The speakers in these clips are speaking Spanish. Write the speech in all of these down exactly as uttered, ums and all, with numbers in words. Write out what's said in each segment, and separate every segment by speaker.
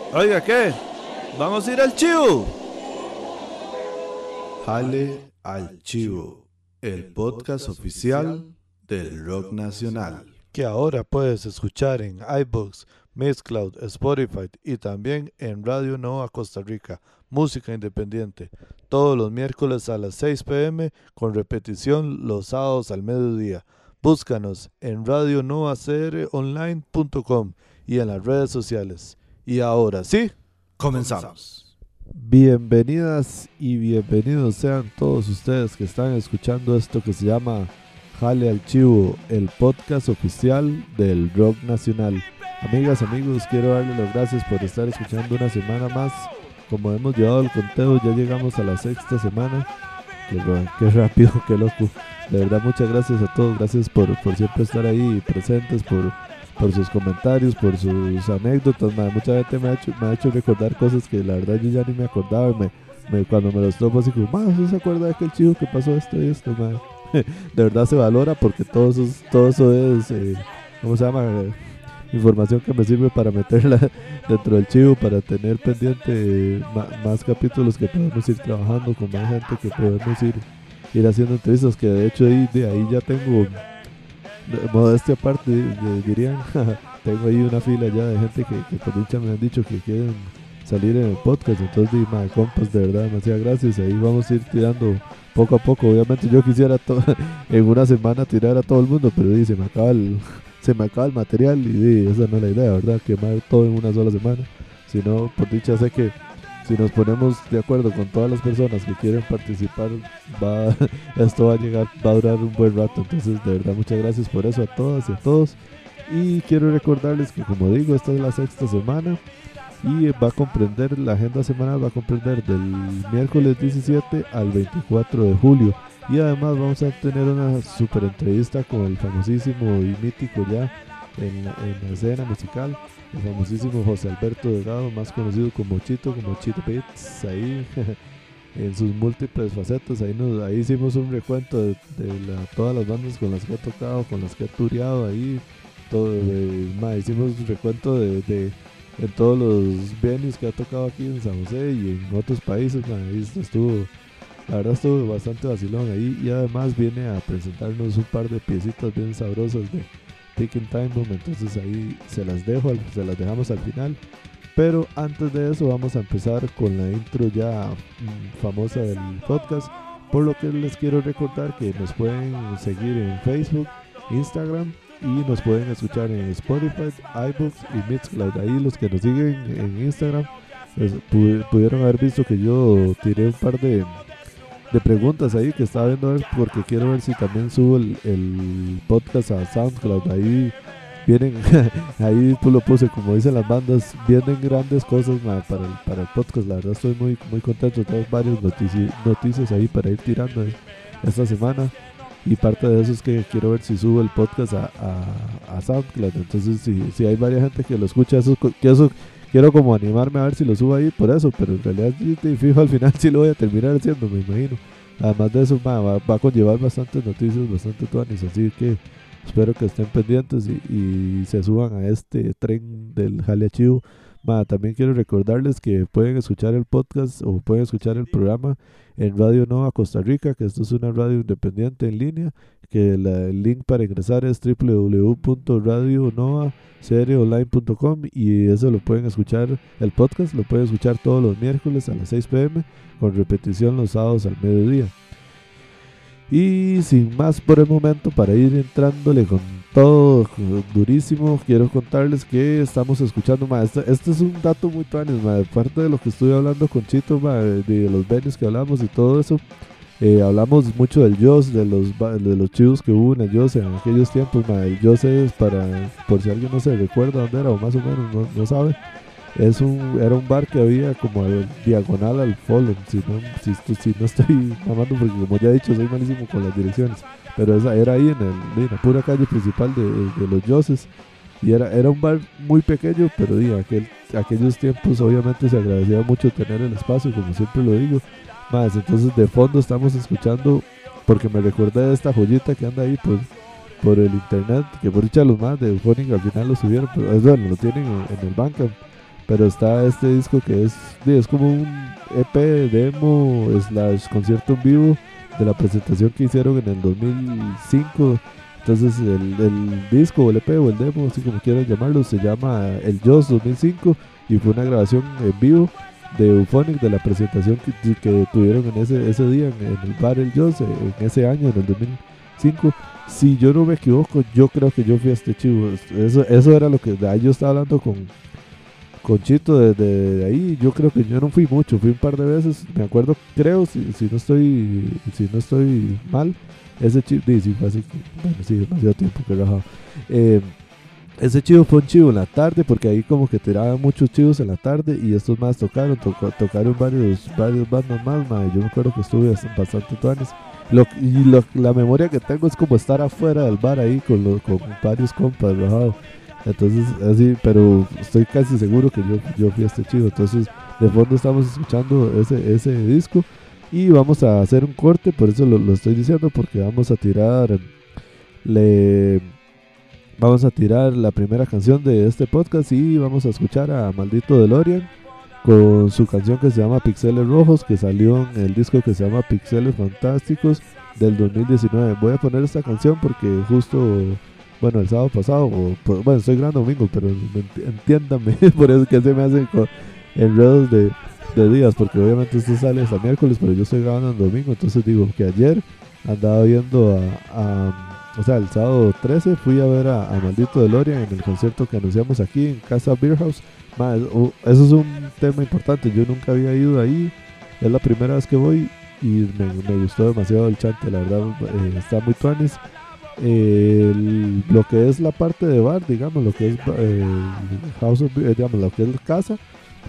Speaker 1: Oiga, ¿qué? ¿Vamos a ir al chivo? Jale al chivo, el podcast oficial del rock nacional,
Speaker 2: que ahora puedes escuchar en iVoox, Mixcloud, Spotify y también en Radio Nova Costa Rica, música independiente, todos los miércoles a las seis pm con repetición los sábados al mediodía. Búscanos en radio nova c r online punto com y en las redes sociales. Y ahora sí,
Speaker 1: comenzamos.
Speaker 2: Bienvenidas y bienvenidos sean todos ustedes que están escuchando esto que se llama Jale al Chivo, el podcast oficial del rock nacional. Amigas, amigos, quiero darles las gracias por estar escuchando una semana más. Como hemos llevado el conteo, ya llegamos a la sexta semana. Qué, qué rápido, qué loco. De verdad, muchas gracias a todos. Gracias por, por siempre estar ahí presentes, por, por sus comentarios, por sus anécdotas. Man. Mucha gente me ha, hecho, me ha hecho recordar cosas que la verdad yo ya ni me acordaba. Me, me, cuando me los topo así como, man, ¿usted se acuerda de aquel chivo que pasó esto y esto, man? De verdad se valora porque todo eso, todo eso es, eh, ¿cómo se llama? Eh, información que me sirve para meterla dentro del chivo, para tener pendiente eh, ma, más capítulos que podemos ir trabajando con más gente, que podemos ir, ir haciendo entrevistas, que de hecho ahí, de ahí ya tengo, modestia aparte, dirían, tengo ahí una fila ya de gente que, que por dicha me han dicho que quieren salir en el podcast. Entonces, di, ma, compas, de verdad, demasiadas gracias. Ahí vamos a ir tirando poco a poco. Obviamente yo quisiera to- en una semana tirar a todo el mundo, pero di, se me acaba el, se me acaba el material y di, esa no es la idea, ¿verdad? Quemar todo en una sola semana. Si no, por dicha sé que si nos ponemos de acuerdo con todas las personas que quieren participar, va, esto va a llegar, va a durar un buen rato. Entonces, de verdad, muchas gracias por eso a todas y a todos. Y quiero recordarles que, como digo, esta es la sexta semana y va a comprender, la agenda semanal va a comprender del miércoles diecisiete al veinticuatro de julio. Y además vamos a tener una super entrevista con el famosísimo y mítico ya en la, en la escena musical, el famosísimo José Alberto Delgado, más conocido como Chito, como Chito Beats, ahí en sus múltiples facetas. Ahí, nos, ahí hicimos un recuento de, de la, todas las bandas con las que he tocado, con las que he tureado ahí. Todo, de, ma, hicimos un recuento de, de en todos los venues que ha tocado aquí en San José y en otros países. Ma, ahí estuvo, la verdad estuvo bastante vacilón ahí, y además viene a presentarnos un par de piecitas bien sabrosas de Ticking Time Bomb. Entonces ahí se las dejo, se las dejamos al final. Pero antes de eso vamos a empezar con la intro ya mmm, famosa del podcast, por lo que les quiero recordar que nos pueden seguir en Facebook, Instagram, y nos pueden escuchar en Spotify, iVoox y Mixcloud. Ahí los que nos siguen en Instagram pues, pu- pudieron haber visto que yo tiré un par de, de preguntas ahí que estaba viendo a ver, porque quiero ver si también subo el, el podcast a SoundCloud. Ahí vienen, ahí pues lo puse, como dicen las bandas, vienen grandes cosas ma, para, el, para el podcast. La verdad estoy muy, muy contento. Tengo varias notici- noticias ahí para ir tirando eh, esta semana. Y parte de eso es que quiero ver si subo el podcast a, a, a SoundCloud. Entonces, si, si hay varias gente que lo escucha, eso, que eso quiero como animarme a ver si lo subo ahí por eso. Pero en realidad, te fijo, al final sí lo voy a terminar haciendo, me imagino. Además de eso, ma, va, va a conllevar bastantes noticias, bastante tuanis. Así que espero que estén pendientes y, y se suban a este tren del Jale al Chivo. Ma, también quiero recordarles que pueden escuchar el podcast o pueden escuchar el programa en Radio Nova Costa Rica, que esto es una radio independiente en línea, que la, el link para ingresar es doble u doble u doble u punto radio nova c r online punto com, y eso lo pueden escuchar, el podcast lo pueden escuchar todos los miércoles a las seis pm con repetición los sábados al mediodía. Y sin más por el momento, para ir entrándole con todo durísimo, quiero contarles que estamos escuchando, ma, este, este es un dato muy tuanis, ma, parte de lo que estuve hablando con Chito, ma, de los venues que hablamos y todo eso. Eh, hablamos mucho del Joss, de los de los chivos que hubo en el Joss en aquellos tiempos. Ma, el Joss es, para, por si alguien no se recuerda dónde era o más o menos no, no sabe, es un, era un bar que había como diagonal al Fallen, si no, si, si no estoy mamando, porque como ya he dicho soy malísimo con las direcciones, pero esa era ahí en, el, en la pura calle principal de, de los Josses, y era, era un bar muy pequeño, pero di, aquel, aquellos tiempos obviamente se agradecía mucho tener el espacio, como siempre lo digo. Más, entonces de fondo estamos escuchando, porque me recordé de esta joyita que anda ahí por, por el internet, que por dicha los más de Euphonic al final lo subieron, pero es bueno, lo tienen en, en el Bandcamp. pero está este disco que es, es como un E P demo slash concierto en vivo de la presentación que hicieron en el dos mil cinco. Entonces el, el disco o el E P o el demo, así como quieran llamarlo, se llama El Joss dos mil cinco y fue una grabación en vivo de Euphonic de la presentación que, que tuvieron en ese, ese día en, en el bar El Joss en ese año, en el dos mil cinco. Si yo no me equivoco, yo creo que yo fui a este chivo. Eso, eso era lo que ahí yo estaba hablando con, con Chito desde de ahí. Yo creo que yo no fui mucho, fui un par de veces. Me acuerdo, creo, si, si no estoy si no estoy mal, ese chivo, sí, fue así, bueno, sí, demasiado tiempo que he rajado. Eh, ese chivo fue un chivo en la tarde, porque ahí como que tiraban muchos chivos en la tarde y estos más tocaron, to, tocaron varios, varios bandas más, ma, yo me acuerdo que estuve bastante tuanes. Lo, y lo, la memoria que tengo es como estar afuera del bar ahí con, lo, con varios compas rajados. Entonces así, pero estoy casi seguro que yo, yo fui a este chivo. Entonces de fondo estamos escuchando ese, ese disco y vamos a hacer un corte, por eso lo, lo estoy diciendo, porque vamos a tirar le vamos a tirar la primera canción de este podcast y vamos a escuchar a Maldito DeLorean con su canción que se llama Pixeles Rojos, que salió en el disco que se llama Pixeles Fantásticos del dos mil diecinueve. Voy a poner esta canción porque justo, bueno, el sábado pasado, o, por, bueno, estoy grabando domingo, pero entiéndame, por eso que se me hacen enredos de, de días, porque obviamente esto sale hasta miércoles, pero yo estoy grabando en domingo, entonces digo que ayer andaba viendo a, a o sea, el sábado trece fui a ver a, a Maldito DeLorean en el concierto que anunciamos aquí en Casa Beer House. Ma, eso es un tema importante, yo nunca había ido ahí, es la primera vez que voy y me, me gustó demasiado el chante, la verdad, eh, está muy tuanis. Eh, el, lo que es la parte de bar, digamos, lo que es eh, House of Beer, digamos, lo que es la casa,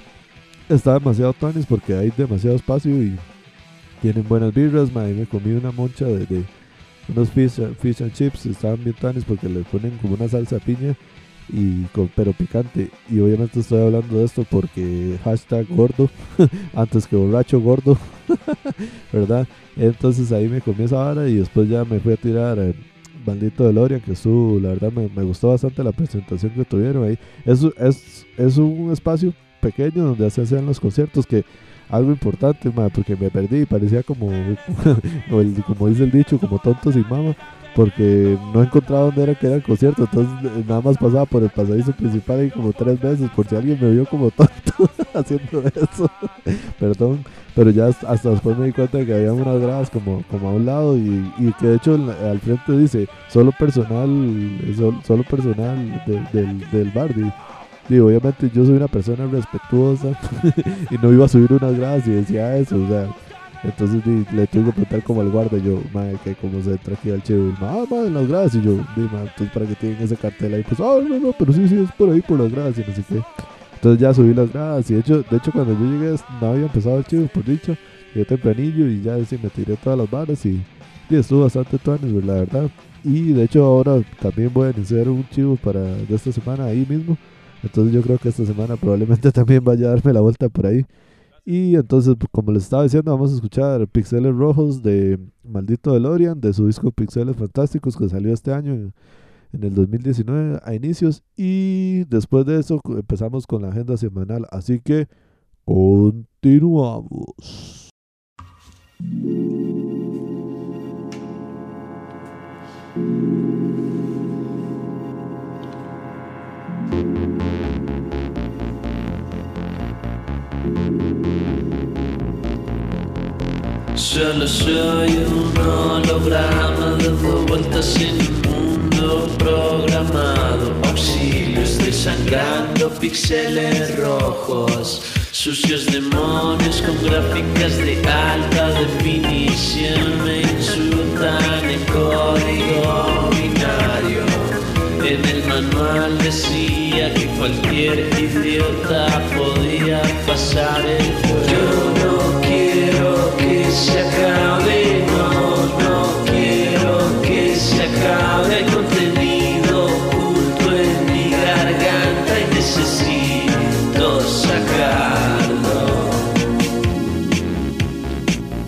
Speaker 2: está demasiado tuanis porque hay demasiado espacio y tienen buenas birras, ma, y me comí una moncha de, de unos fish, fish and chips, estaban bien tuanis porque les ponen como una salsa de piña y con, pero picante, y obviamente estoy hablando de esto porque hashtag gordo antes que borracho gordo verdad. Entonces ahí me comí esa vara y después ya me fui a tirar eh, Maldito DeLorean, que estuvo, la verdad me, me gustó bastante la presentación que tuvieron ahí. Es, es, es un espacio pequeño donde se hacen los conciertos, que algo importante, ma, porque me perdí, parecía como como, el, como dice el dicho, como tonto sin mama, porque no encontraba dónde era que era el concierto. Entonces nada más pasaba por el pasadizo principal y como tres veces, por si alguien me vio como tonto haciendo eso perdón, pero ya hasta después me di cuenta de que había unas gradas como, como a un lado y, y que de hecho al frente dice solo personal solo, solo personal de, del, del bar. Y, y obviamente yo soy una persona respetuosa y no iba a subir unas gradas y decía eso, o sea. Entonces di, le tuve que preguntar como al guarda, yo, madre, que como se entra aquí al chivo, ah, madre, en las gradas, y yo, di, madre, entonces para que tienen ese cartel ahí, pues, ah, no, no, pero sí, sí, es por ahí, por las gradas, y no sé qué. Entonces ya subí las gradas, y de hecho, de hecho cuando yo llegué, no había empezado el chivo, por dicho, llegué tempranillo, y ya sí, me tiré todas las varas, y, y estuvo bastante tuanes, la verdad. Y de hecho ahora también voy a iniciar un chivo para de esta semana ahí mismo, entonces yo creo que esta semana probablemente también vaya a darme la vuelta por ahí. Y entonces, como les estaba diciendo, vamos a escuchar Pixeles Rojos de Maldito DeLorean, de su disco Pixeles Fantásticos, que salió este año en, en el dos mil diecinueve a inicios. Y después de eso empezamos con la agenda semanal, así que continuamos.
Speaker 3: Solo soy un holograma dando vueltas en un mundo programado. Auxilio, estoy sangrando píxeles rojos, sucios demonios con gráficas de alta definición me insultan en código binario. En el manual decía que cualquier idiota podía pasar el juego. Yo no quiero que se acabe, no, no quiero que se acabe el contenido oculto en mi garganta y necesito sacarlo.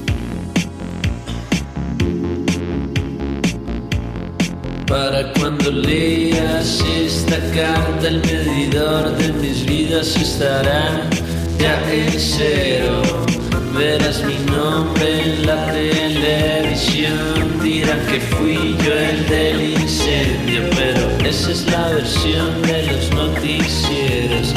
Speaker 3: Para cuando Cuando leas esta carta, el medidor de mis vidas estará ya en cero. Verás mi nombre en la televisión, dirán que fui yo el del incendio, pero esa es la versión de los noticieros.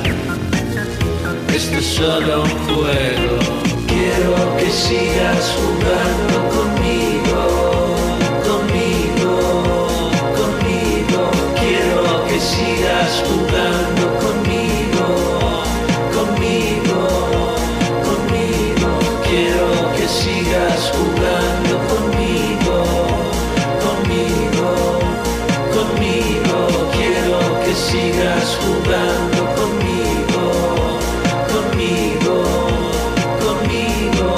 Speaker 3: Esto es solo un juego. Quiero que sigas jugando conmigo, conmigo, conmigo. Quiero que sigas jugando conmigo, conmigo, conmigo. Quiero que sigas jugando conmigo, conmigo, conmigo. Quiero que sigas jugando conmigo, conmigo, conmigo.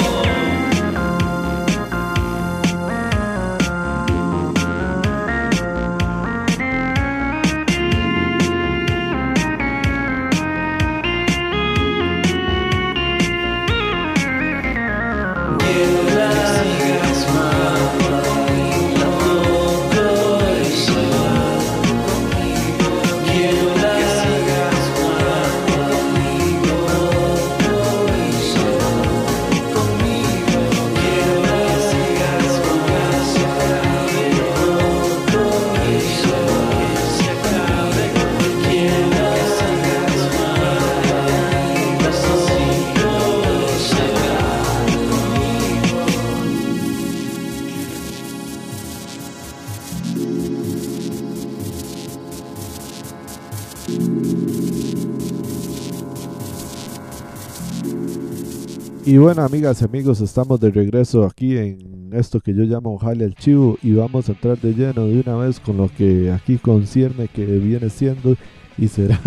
Speaker 3: Quiero que sigas jugando conmigo, y se va conmigo. Quiero que sigas jugando conmigo, y se va conmigo. Quiero que sigas jugando conmigo, y se va, que se acabe. Quiero que sigas jugando conmigo, y se va.
Speaker 2: Y bueno, amigas y amigos, estamos de regreso aquí en esto que yo llamo Jale al Chivo, y vamos a entrar de lleno de una vez con lo que aquí concierne, que viene siendo y será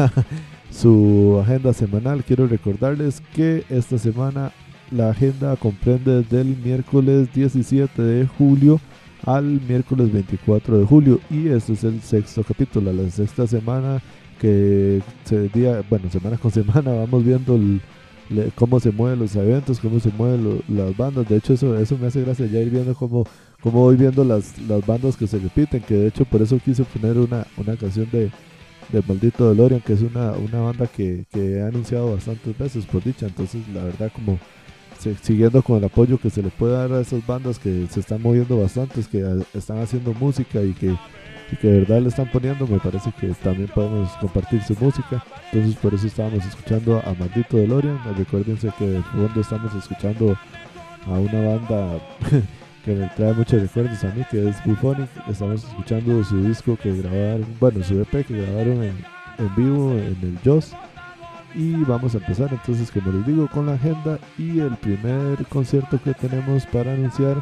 Speaker 2: su agenda semanal. Quiero recordarles que esta semana la agenda comprende del miércoles diecisiete de julio al miércoles veinticuatro de julio, y este es el sexto capítulo, la sexta semana que se día, bueno, semana con semana vamos viendo el Le, cómo se mueven los eventos, cómo se mueven lo, las bandas. De hecho eso, eso me hace gracia ya ir viendo cómo, cómo voy viendo las, las bandas que se repiten, que de hecho por eso quise poner una, una canción de, de Maldito DeLorean, que es una, una banda que, que he anunciado bastantes veces, por dicha. Entonces la verdad, como se, siguiendo con el apoyo que se le puede dar a esas bandas que se están moviendo bastantes, que a, están haciendo música y que y que de verdad le están poniendo, me parece que también podemos compartir su música. Entonces por eso estábamos escuchando a Maldito DeLorean. Recuérdense que de fondo estamos escuchando a una banda que me trae muchos recuerdos a mí, que es Bullphonic. Estamos escuchando su disco que grabaron, bueno, su E P que grabaron en, en vivo en el Joss. Y vamos a empezar entonces, como les digo, con la agenda. Y el primer concierto que tenemos para anunciar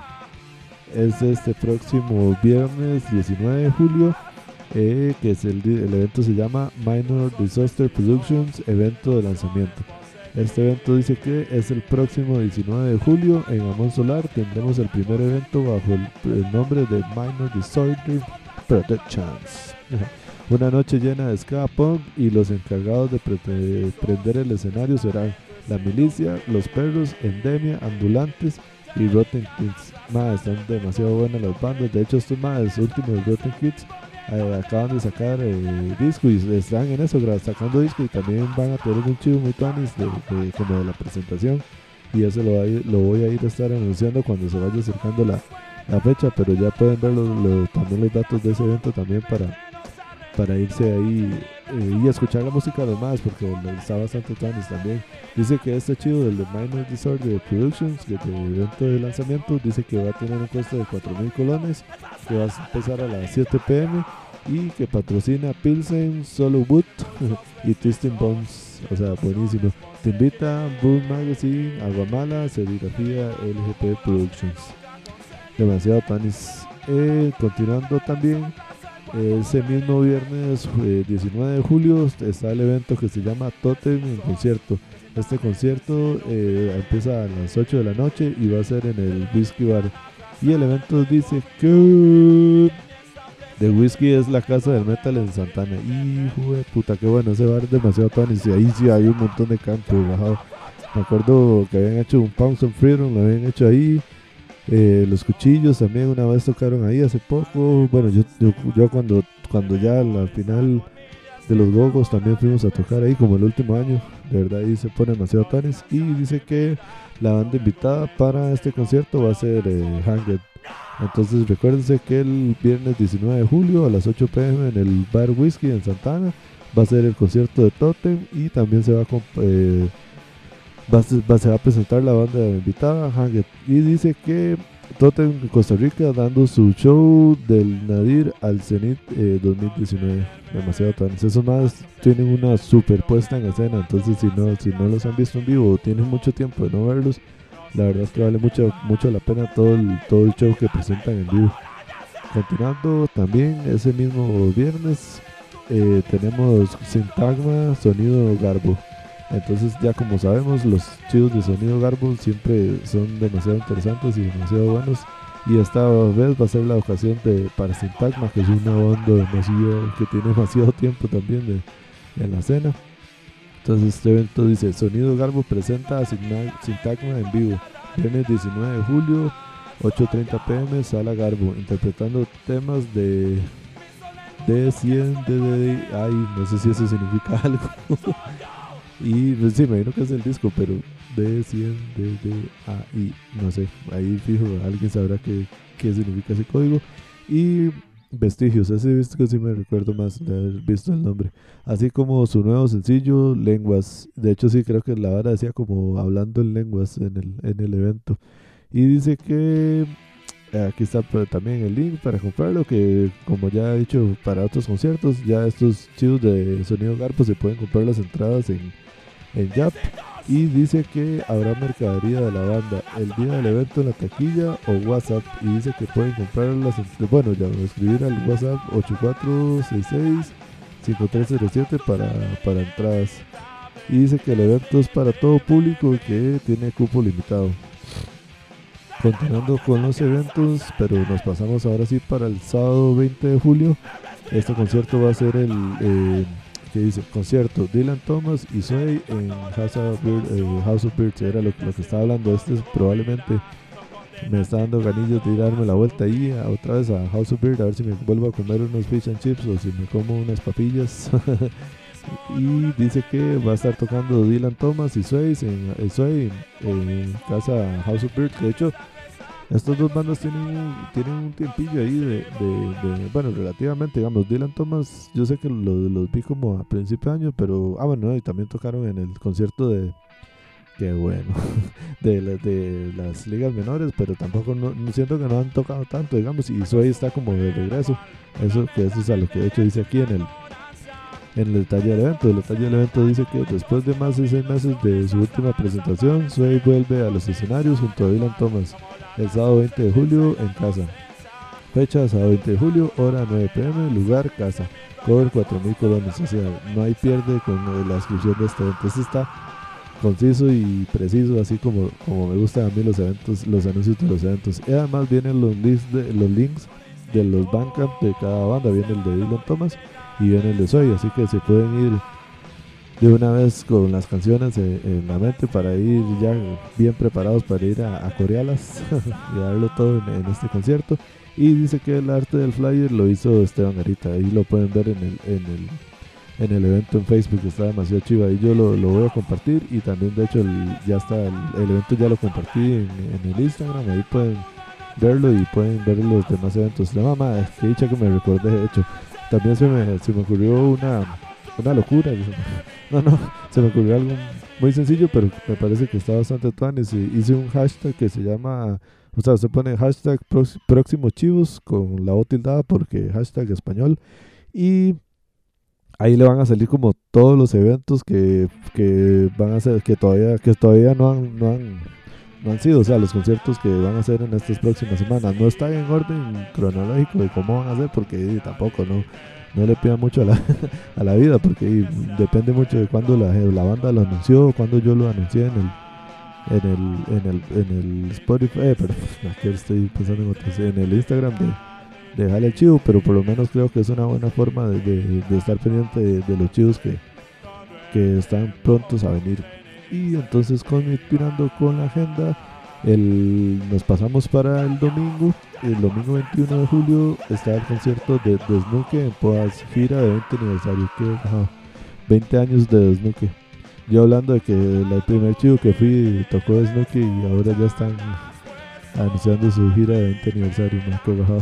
Speaker 2: es este próximo viernes diecinueve de julio, eh, que es el, el evento se llama Minor Disaster Productions, evento de lanzamiento. Este evento dice que es el próximo diecinueve de julio en Amon Solar. Tendremos el primer evento bajo el, el nombre de Minor Disaster Productions. Una noche llena de ska punk, y los encargados de, pre de prender el escenario serán La Milicia, Los Perros, Endemia, Ambulantes y Rotten Kids. Más, están demasiado buenas las bandas. De hecho, estos más últimos Rotten Kids eh, acaban de sacar eh, disco, y están en eso, sacando disco, y también van a tener un chivo muy tuanis de, de, como de la presentación, y eso lo, va lo voy a ir a estar anunciando cuando se vaya acercando la, la fecha. Pero ya pueden ver lo, lo, también los datos de ese evento también para para irse ahí eh, y escuchar la música de los más, porque está bastante tuanis también. Dice que este chivo del de Minor Disorder Productions, que es el evento de lanzamiento, dice que va a tener un costo de cuatro mil colones, que va a empezar a las siete pe eme, y que patrocina Pilsen, Solo Boot y Twisting Bones. O sea, buenísimo. Te invita Boom Magazine, Aguamala, Serigrafía L G P Productions. Demasiado tuanis. Eh, continuando también, ese mismo viernes eh, diecinueve de julio está el evento que se llama Totem en concierto. Este concierto eh, empieza a las ocho de la noche y va a ser en el Whisky Bar. Y el evento dice que The Whisky es la casa del metal en Santana. Hijo de puta, qué bueno, ese bar es demasiado tuanis, y ahí sí hay un montón de campo bajado. Me acuerdo que habían hecho un Pounds of Freedom, lo habían hecho ahí. Eh, los cuchillos también una vez tocaron ahí hace poco. Bueno, yo, yo, yo cuando, cuando ya al final de los Gogos también fuimos a tocar ahí como el último año. De verdad ahí se pone demasiado tanes. Y dice que la banda invitada para este concierto va a ser eh, Hanged. Entonces recuérdense que el viernes diecinueve de julio a las ocho p m en el Bar Whisky en Santana va a ser el concierto de Totem. Y también se va a, eh, va, a, va, se va a presentar la banda invitada Hanged. Y dice que Totem en Costa Rica dando su show del Nadir al Zenit eh, dos mil diecinueve. Demasiado tanes. Esos más tienen una super puesta en escena. Entonces si no, si no los han visto en vivo o tienen mucho tiempo de no verlos, la verdad es que vale mucho, mucho la pena todo el, todo el show que presentan en vivo. Continuando también ese mismo viernes eh, tenemos Sintagma Sonido Garbo. Entonces ya como sabemos, los chivos de Sonido Garbo siempre son demasiado interesantes y demasiado buenos. Y esta vez va a ser la ocasión de para Sintagma, que es una banda demasiado, que tiene demasiado tiempo también de, en la escena. Entonces este evento dice: Sonido Garbo presenta a Sintagma en vivo, viernes diecinueve de julio, ocho treinta p m, Sala Garbo, interpretando temas de D cien D D D. Ay, no sé si eso significa algo. Y pues, sí, me imagino que es el disco, pero D cien D D A I, no sé, ahí fijo, alguien sabrá qué, qué significa ese código. Y Vestigios, ese disco sí me recuerdo más de haber visto el nombre, así como su nuevo sencillo Lenguas. De hecho sí, creo que la vara decía como hablando en lenguas en el, en el evento. Y dice que aquí está también el link para comprarlo, que como ya he dicho para otros conciertos, ya estos chivos de Sonido Garbo se pueden comprar las entradas en, en Yap. Y dice que habrá mercadería de la banda el día del evento en la taquilla o WhatsApp. Y dice que pueden comprar las, bueno, ya escribir al WhatsApp ocho cuatro seis seis cinco tres cero siete para, para entradas. Y dice que el evento es para todo público y que tiene cupo limitado. Continuando con los eventos, pero nos pasamos ahora sí para el sábado veinte de julio. Este concierto va a ser el... Eh, que dice concierto Dylan Thomas y Sway en House of Birds, eh, House of Birds. Era lo, lo que estaba hablando. Este es, probablemente me está dando ganillos de darme la vuelta ahí a, otra vez a House of Birds, a ver si me vuelvo a comer unos fish and chips o si me como unas papillas. Y dice que va a estar tocando Dylan Thomas y Sway en, eh, Sway en, en casa House of Birds. De hecho, estas dos bandas tienen un, tienen un tiempillo ahí de, de, de, bueno, relativamente, digamos, Dylan Thomas, yo sé que los, los vi como a principio de año, pero, ah, bueno, y también tocaron en el concierto de, que bueno, de, de las ligas menores, pero tampoco, no, no siento que no han tocado tanto, digamos, y Sway está como de regreso, eso, que eso es a lo que de hecho dice aquí en el, en el detalle del evento. El detalle del evento dice que después de más de seis meses de su última presentación, Sway vuelve a los escenarios junto a Dylan Thomas el sábado veinte de julio en casa. Fecha sábado veinte de julio, hora nueve p m, lugar casa. Cover cuatro mil colones, o sea, no hay pierde con la inscripción de este evento. Este está conciso y preciso, así como, como me gustan a mí los eventos, los anuncios de los eventos. Y además vienen los links de los, links de los Bandcamp de cada banda. Viene el de Dylan Thomas y viene el de Sway, así que se pueden ir de una vez con las canciones en, en la mente para ir ya bien preparados para ir a, a corearlas y darlo todo en, en este concierto. Y dice que el arte del flyer lo hizo Esteban Garita, ahí lo pueden ver en el, en el, en el evento en Facebook, está demasiado chiva, y yo lo, lo voy a compartir. Y también de hecho el, ya está el, el evento, ya lo compartí en, en el Instagram, ahí pueden verlo y pueden ver los demás eventos. La mamá, que dicha que me recordé, de hecho también se me, se me ocurrió una una locura, no, no, se me ocurrió algo muy sencillo, pero me parece que está bastante tuanes. Hice un hashtag que se llama, o sea, se pone hashtag próximo chivos con la O tildada porque hashtag español, y ahí le van a salir como todos los eventos que, que van a ser, que todavía, que todavía no han, no han, no han sido, o sea, los conciertos que van a hacer en estas próximas semanas. No está en orden cronológico de cómo van a ser, porque tampoco no no le pidan mucho a la, a la vida, porque depende mucho de cuándo la, la banda lo anunció, cuándo yo lo anuncié en el en el en el, en el Spotify, eh, pero aquí estoy pensando en otros, en el Instagram de, de Jale el Chivo, pero por lo menos creo que es una buena forma de, de, de estar pendiente de, de los chivos que, que están prontos a venir. Y entonces, continuando con la agenda, el, nos pasamos para el domingo. El domingo veintiuno de julio está el concierto de Desnuque en Poás, gira de veinte aniversario. Que, ajá, veinte años de Desnuque. Yo hablando de que el primer chivo que fui tocó Desnuque y ahora ya están anunciando su gira de veinte aniversario. Me quedo bajado.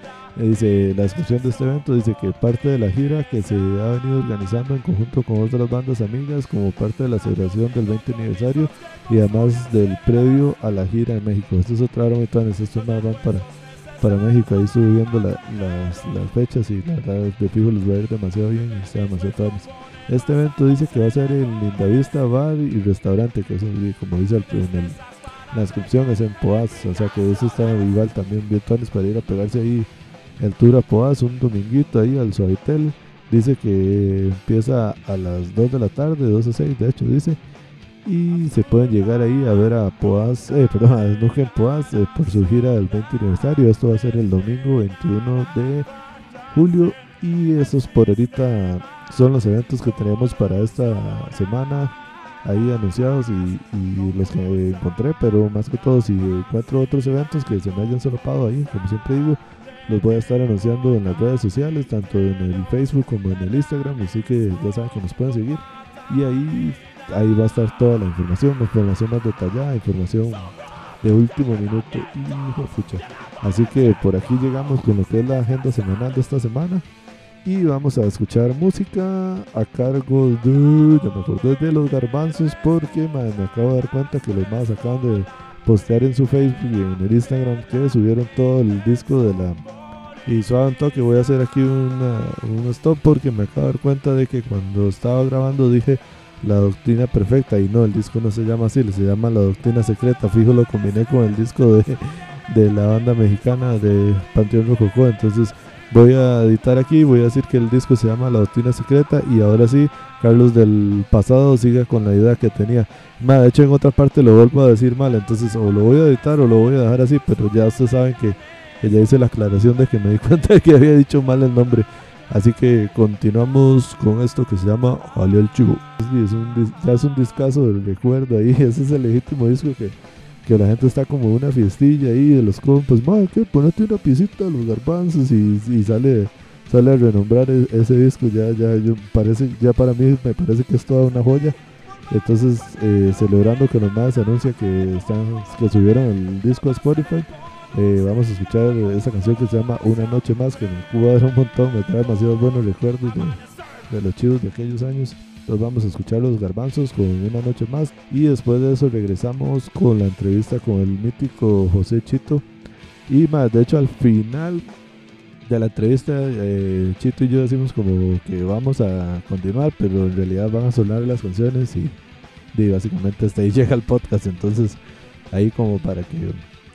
Speaker 2: Dice la descripción de este evento, dice que parte de la gira que se ha venido organizando en conjunto con otras bandas amigas como parte de la celebración del veinte aniversario y además del previo a la gira en México. Esto es otra hora muy tan, esto es una van para, para México. Ahí estuve viendo la, las, las fechas y la verdad de fijo les va a ir demasiado bien y está demasiado tanes. Este evento dice que va a ser en Lindavista Bar y Restaurante, que eso como dice el, en el, la descripción es en Poás, o sea que eso está igual también bien tanes para ir a pegarse ahí el tour a Poás, un dominguito ahí al Suavitel. Dice que empieza a las dos de la tarde, dos a seis de hecho dice, y se pueden llegar ahí a ver a Poás, eh, perdón, a Desnuque en Poás eh, por su gira del veinte aniversario. Esto va a ser el domingo veintiuno de julio y esos por ahorita son los eventos que tenemos para esta semana ahí anunciados y, y los que encontré, pero más que todo si encuentro otros eventos que se me hayan solapado ahí, como siempre digo, los voy a estar anunciando en las redes sociales, tanto en el Facebook como en el Instagram, así que ya saben que nos pueden seguir y ahí, ahí va a estar toda la información, información más detallada, información de último minuto y hijo pucha. Así que por aquí llegamos con lo que es la agenda semanal de esta semana y vamos a escuchar música a cargo de, ya me acordé de Los Garbanzos, porque man, me acabo de dar cuenta que los más acaban de postear en su Facebook y en el Instagram que subieron todo el disco de la... Y suave un toque, voy a hacer aquí una, un stop porque me acabo de dar cuenta de que cuando estaba grabando dije La Doctrina Perfecta y no, el disco no se llama así, se llama La Doctrina Secreta. Fijo, lo combiné con el disco de, de la banda mexicana de Panteón Rococó. Entonces voy a editar aquí, voy a decir que el disco se llama La Doctrina Secreta y ahora sí, Carlos del pasado siga con la idea que tenía. Ma, de hecho en otra parte lo vuelvo a decir mal, entonces o lo voy a editar o lo voy a dejar así, pero ya ustedes saben que, que ya hice la aclaración de que me di cuenta de que había dicho mal el nombre. Así que continuamos con esto que se llama Jale al Chivo. Es un, ya es un discazo del recuerdo ahí, ese es el legítimo disco que, que la gente está como una fiestilla ahí de los compas. Ma, que ponete una piecita a Los Garbanzos y, y sale... sale a renombrar ese disco. Ya ya yo parece ya para mí me parece que es toda una joya. Entonces eh, celebrando que los más anuncia que están que subieron el disco a Spotify, eh, vamos a escuchar esa canción que se llama Una Noche Más, que me cuadra un montón, me trae demasiados buenos recuerdos de, de los chidos de aquellos años. Entonces vamos a escuchar Los Garbanzos con Una Noche Más y después de eso regresamos con la entrevista con el mítico José Chito. Y más, de hecho al final de la entrevista eh, Chito y yo decimos como que vamos a continuar, pero en realidad van a sonar las canciones y, y básicamente hasta ahí llega el podcast. Entonces ahí como para que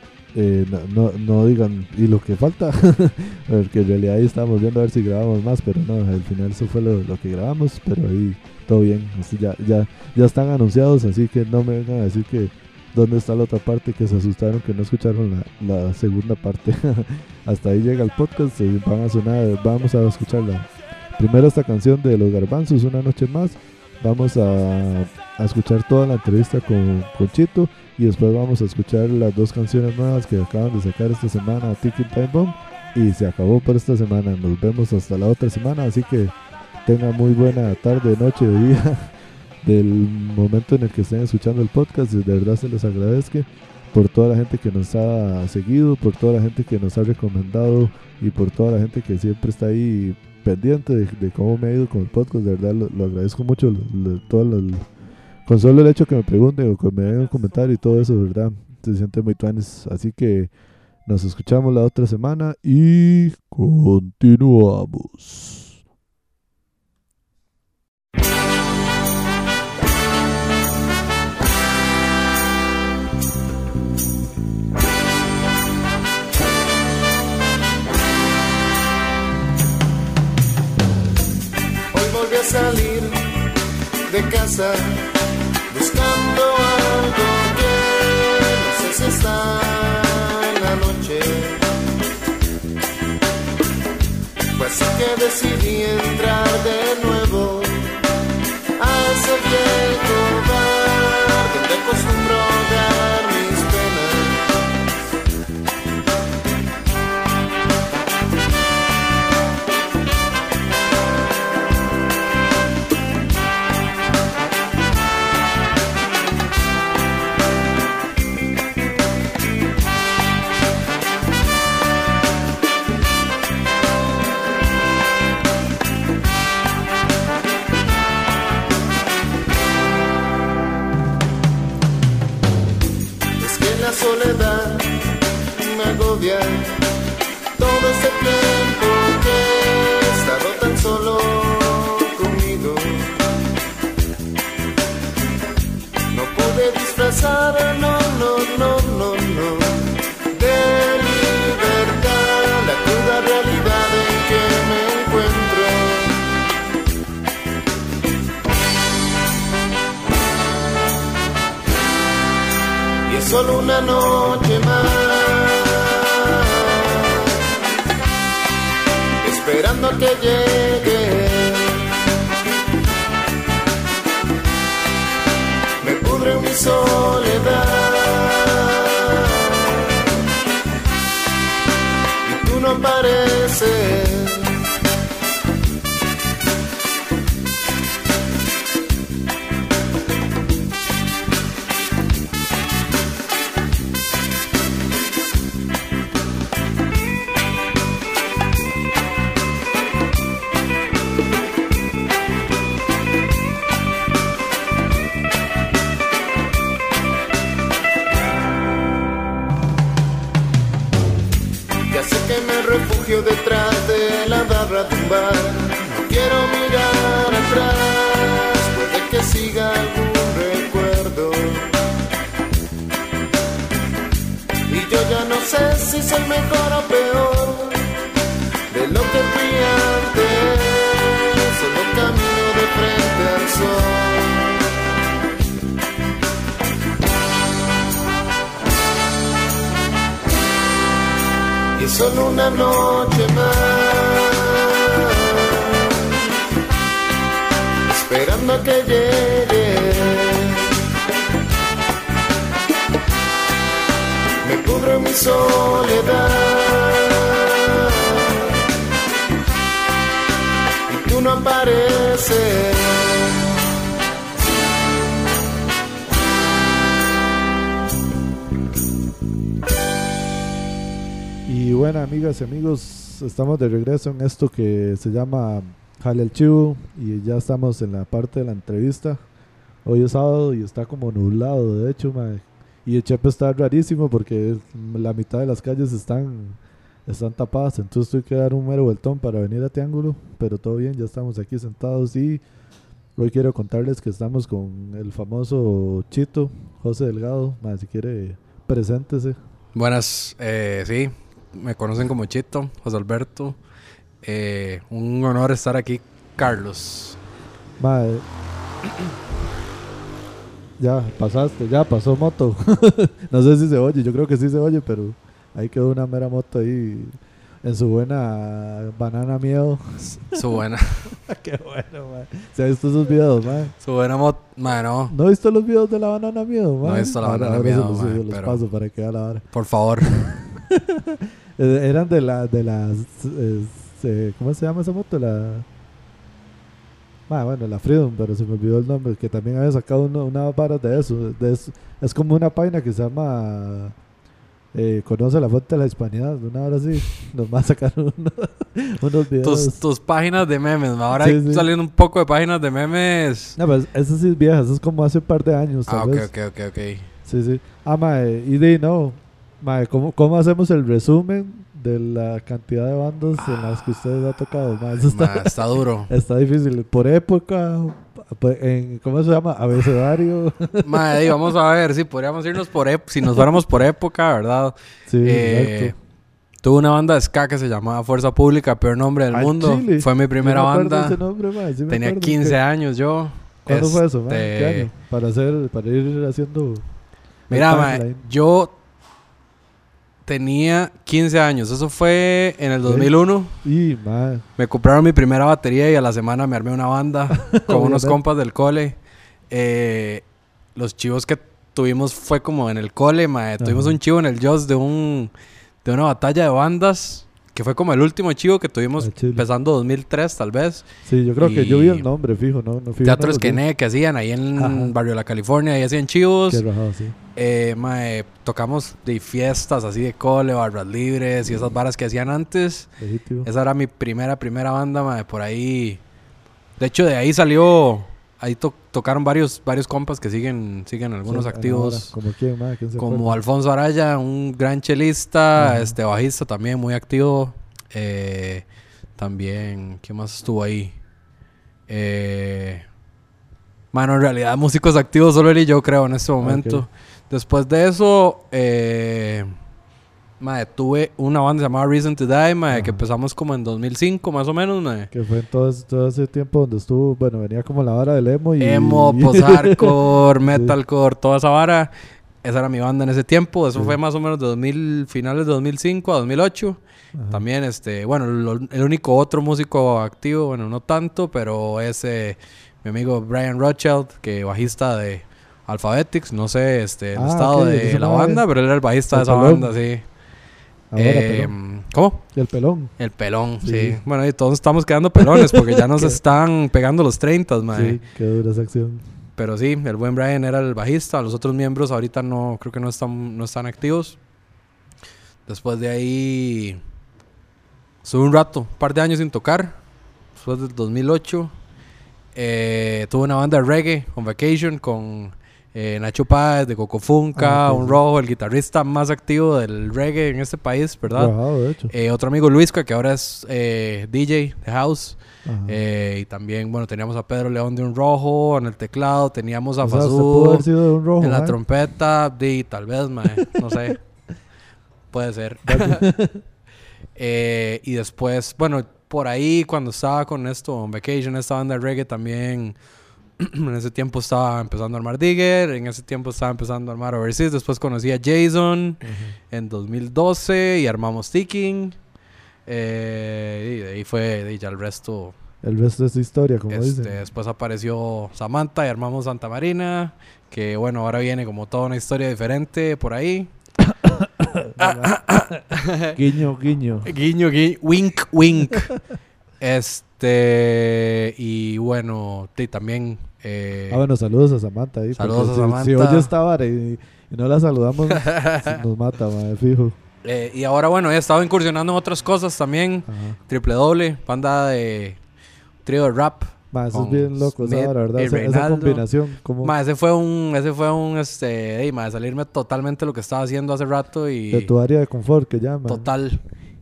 Speaker 2: eh, no, no, no digan y lo que falta porque en realidad ahí estábamos viendo a ver si grabamos más, pero no, al final eso fue lo, lo que grabamos, pero ahí todo bien. Así ya, ya, ya están anunciados, así que no me vengan a decir que dónde está la otra parte, que se asustaron que no escucharon la, la segunda parte. Hasta ahí llega el podcast y van a sonar, vamos a escuchar la, primero esta canción de Los Garbanzos, Una Noche Más. Vamos a, a escuchar toda la entrevista con, con Chito y después vamos a escuchar las dos canciones nuevas que acaban de sacar esta semana, Ticking Time Bomb, y se acabó por esta semana. Nos vemos hasta la otra semana, así que tengan muy buena tarde, noche o día del momento en el que estén escuchando el podcast. De verdad se les agradezco por toda la gente que nos ha seguido, por toda la gente que nos ha recomendado y por toda la gente que siempre está ahí pendiente de, de cómo me ha ido con el podcast. De verdad lo, lo agradezco mucho, lo, lo, todo lo, con solo el hecho que me pregunten o que me den un comentario y todo eso, de verdad se siente muy tuanes. Así que nos escuchamos la otra semana y continuamos.
Speaker 4: Salir de casa buscando algo que no sé si está en la noche, pues así que decidí entrar de nuevo a ese viejo bar donde acostumbro dar mis penas. solo una noche más, esperando a que llegue. Me pudre mi soledad y tú no apareces. Detrás de la barra de un bar, no quiero mirar atrás, puede que siga algún recuerdo. Y yo ya no sé si soy mejor o peor de lo que fui antes, solo camino de frente al sol. Y solo una noche más, esperando a que llegue. Me cubro mi soledad y tú no apareces.
Speaker 2: Y bueno, amigas y amigos, estamos de regreso en esto que se llama Jale al Chivo y ya estamos en la parte de la entrevista. Hoy es sábado y está como nublado, de hecho, mae. Y el Chepe está rarísimo porque la mitad de las calles están, están tapadas, entonces tuve que dar un mero vueltón para venir a Triángulo, pero todo bien, ya estamos aquí sentados y hoy quiero contarles que estamos con el famoso Chito, José Delgado. Mae, si quiere, preséntese.
Speaker 5: Buenas, eh, sí. Me conocen como Chito, José Alberto. Eh, un honor estar aquí, Carlos.
Speaker 2: Mae, ya pasaste, ya pasó moto. No sé si se oye, yo creo que sí se oye, pero ahí quedó una mera moto ahí en su buena banana miedo.
Speaker 5: Su buena.
Speaker 2: Qué bueno, mae. ¿Se ha visto esos videos, mae?
Speaker 5: Su buena moto, mae, no.
Speaker 2: ¿No he visto los videos de la banana miedo, mae?
Speaker 5: No he visto la
Speaker 2: ahora,
Speaker 5: banana
Speaker 2: ahora
Speaker 5: miedo,
Speaker 2: se los,
Speaker 5: mae,
Speaker 2: se los
Speaker 5: pero...
Speaker 2: paso para que vea la hora.
Speaker 5: Por favor.
Speaker 2: Eran de la, de las, eh, eh, ¿cómo se llama esa moto? La, ah, bueno, la Freedom, pero se me olvidó el nombre, que también había sacado uno, una vara de eso, de eso. Es como una página que se llama eh, Conoce la Fuente de la Hispanidad, una hora así, nos va a sacar uno, unos videos.
Speaker 5: Tus, tus páginas de memes, ahora
Speaker 2: sí,
Speaker 5: hay
Speaker 2: sí.
Speaker 5: saliendo un poco de páginas de memes.
Speaker 2: No, pues esa sí es vieja, eso es como hace un par de años, tal
Speaker 5: Ah, ok,
Speaker 2: vez.
Speaker 5: ok, ok, ok.
Speaker 2: Sí, sí. Ah, mae, y de no, mae, ¿cómo, ¿cómo hacemos el resumen de la cantidad de bandas ah, en las que ustedes ha tocado? Mae, eso está,
Speaker 5: mae, está duro.
Speaker 2: Está difícil. Por época, en, ¿cómo se llama? Abecedario.
Speaker 5: Mae, vamos a ver, sí, podríamos irnos por época, si nos fuéramos por época, ¿verdad?
Speaker 2: Sí,
Speaker 5: eh,
Speaker 2: exacto.
Speaker 5: Tuve una banda de ska que se llamaba Fuerza Pública, peor nombre del
Speaker 2: Al
Speaker 5: mundo.
Speaker 2: Chile.
Speaker 5: Fue mi primera
Speaker 2: Yo me
Speaker 5: banda.
Speaker 2: ese nombre, mae, sí me
Speaker 5: Tenía
Speaker 2: acuerdo.
Speaker 5: quince
Speaker 2: ¿Qué?
Speaker 5: años yo.
Speaker 2: ¿Cuándo
Speaker 5: este...
Speaker 2: fue eso, mae? ¿Qué año? Para hacer, para ir haciendo.
Speaker 5: Mira, mae, yo tenía quince años. Eso fue en el dos mil uno.
Speaker 2: Y, mae.
Speaker 5: Me compraron mi primera batería y a la semana me armé una banda con unos compas del cole. Eh, los chivos que tuvimos fue como en el cole, mae. Tuvimos un chivo en el Just de un de una batalla de bandas que fue como el último chivo que tuvimos empezando dos mil tres tal vez.
Speaker 2: Sí, yo creo
Speaker 5: y
Speaker 2: que yo vi el nombre, fijo, ¿no? no fijo,
Speaker 5: Teatro
Speaker 2: no
Speaker 5: Esquené que hacían ahí en
Speaker 2: Ajá.
Speaker 5: Barrio La California, ahí hacían chivos.
Speaker 2: Qué rajado, sí.
Speaker 5: Eh, mae, tocamos de fiestas así de cole, barras libres y esas varas que hacían antes.
Speaker 2: Legítimo.
Speaker 5: Esa era mi primera, primera banda, mae, por ahí. De hecho, de ahí salió... Ahí to- tocaron varios varios compas que siguen siguen algunos
Speaker 2: Sí,
Speaker 5: activos.
Speaker 2: ¿Como quién, mae? ¿Quién se
Speaker 5: Como
Speaker 2: acuerda?
Speaker 5: Alfonso Araya, un gran chelista,
Speaker 2: Ajá.
Speaker 5: este bajista también muy activo. Eh, también, ¿quién más estuvo ahí? Eh, mano, en realidad músicos activos solo él y yo creo en este momento.
Speaker 2: Okay.
Speaker 5: Después de eso, eh, mae, tuve una banda llamada Reason to Die, mae,
Speaker 2: Ajá.
Speaker 5: que empezamos como en dos mil cinco más o menos, mae.
Speaker 2: Que fue en todo, ese- todo ese tiempo donde estuvo, bueno, venía como la vara del emo y...
Speaker 5: Emo, post-hardcore, metalcore, toda esa vara. Esa era mi banda en ese tiempo. Eso
Speaker 2: Sí.
Speaker 5: fue más o menos de dos mil, finales de dos mil cinco a dos mil ocho.
Speaker 2: Ajá.
Speaker 5: También, este, bueno, lo- el único otro músico activo, bueno, no tanto, pero es eh, mi amigo Brian Rothschild, que bajista de Alphabetics. No sé, este, el
Speaker 2: Ah,
Speaker 5: estado
Speaker 2: ok,
Speaker 5: de
Speaker 2: ese
Speaker 5: la
Speaker 2: mae
Speaker 5: banda, pero él era el bajista de
Speaker 2: el
Speaker 5: esa
Speaker 2: pelón.
Speaker 5: banda, sí.
Speaker 2: Ahora,
Speaker 5: Eh,
Speaker 2: pelón.
Speaker 5: ¿Cómo?
Speaker 2: El pelón.
Speaker 5: El pelón,
Speaker 2: Sí.
Speaker 5: sí. Bueno, y todos estamos quedando pelones porque ya nos están pegando los treinta, mae.
Speaker 2: Sí, qué dura esa acción.
Speaker 5: Pero sí, el buen Brian era el bajista. Los otros miembros ahorita no, creo que no están, no están activos. Después de ahí, estuve un rato, un par de años sin tocar. Después del dos mil ocho, eh, tuve una banda de reggae, On Vacation, con eh, Nacho Páez de Cocofunca,
Speaker 2: Ah, ok,
Speaker 5: un
Speaker 2: sí.
Speaker 5: rojo, el guitarrista más activo del reggae en este país, ¿verdad?
Speaker 2: Trabajado, de hecho.
Speaker 5: Eh, otro amigo Luisca, que ahora es eh, D J de House.
Speaker 2: Ajá.
Speaker 5: Eh, y también, bueno, teníamos a Pedro León de un rojo en el teclado, teníamos a
Speaker 2: O sea, usted pudo
Speaker 5: Fazú
Speaker 2: haber sido de un rojo,
Speaker 5: en la
Speaker 2: mae.
Speaker 5: trompeta, di, tal vez, mae, no sé. Puede ser. Eh, y después, bueno, por ahí cuando estaba con esto, On Vacation, esta banda de reggae también, en ese tiempo estaba empezando a armar Digger, en ese tiempo estaba empezando a armar Overseas, después conocí a Jason en dos mil doce y armamos Ticking. Eh, y de ahí fue, de ahí ya el resto.
Speaker 2: El resto es historia, como
Speaker 5: Este,
Speaker 2: dicen.
Speaker 5: después apareció Samantha y armamos Santa Marina, que bueno, ahora viene como toda una historia diferente por ahí.
Speaker 2: Guiño, guiño.
Speaker 5: Guiño, guiño, wink, wink. Este, y bueno, y también... eh,
Speaker 2: Ah, bueno, saludos a Samantha ahí.
Speaker 5: Saludos
Speaker 2: porque
Speaker 5: a
Speaker 2: si-
Speaker 5: Samantha.
Speaker 2: Si oye esta vara y, y no la saludamos, se nos mata, madre, fijo.
Speaker 5: eh, y ahora bueno, he estado incursionando en otras cosas también.
Speaker 2: Ajá.
Speaker 5: Triple doble, banda de trío de rap.
Speaker 2: Ma, eso
Speaker 5: Con
Speaker 2: es bien loco, esa
Speaker 5: Smith
Speaker 2: vara, ¿verdad?
Speaker 5: y
Speaker 2: Esa, esa
Speaker 5: Reinaldo.
Speaker 2: combinación. Como
Speaker 5: Ma, ese fue un, ese fue un, este, ey, ma, de salirme totalmente de lo que estaba haciendo hace rato y...
Speaker 2: de tu área de confort que llaman.
Speaker 5: Total.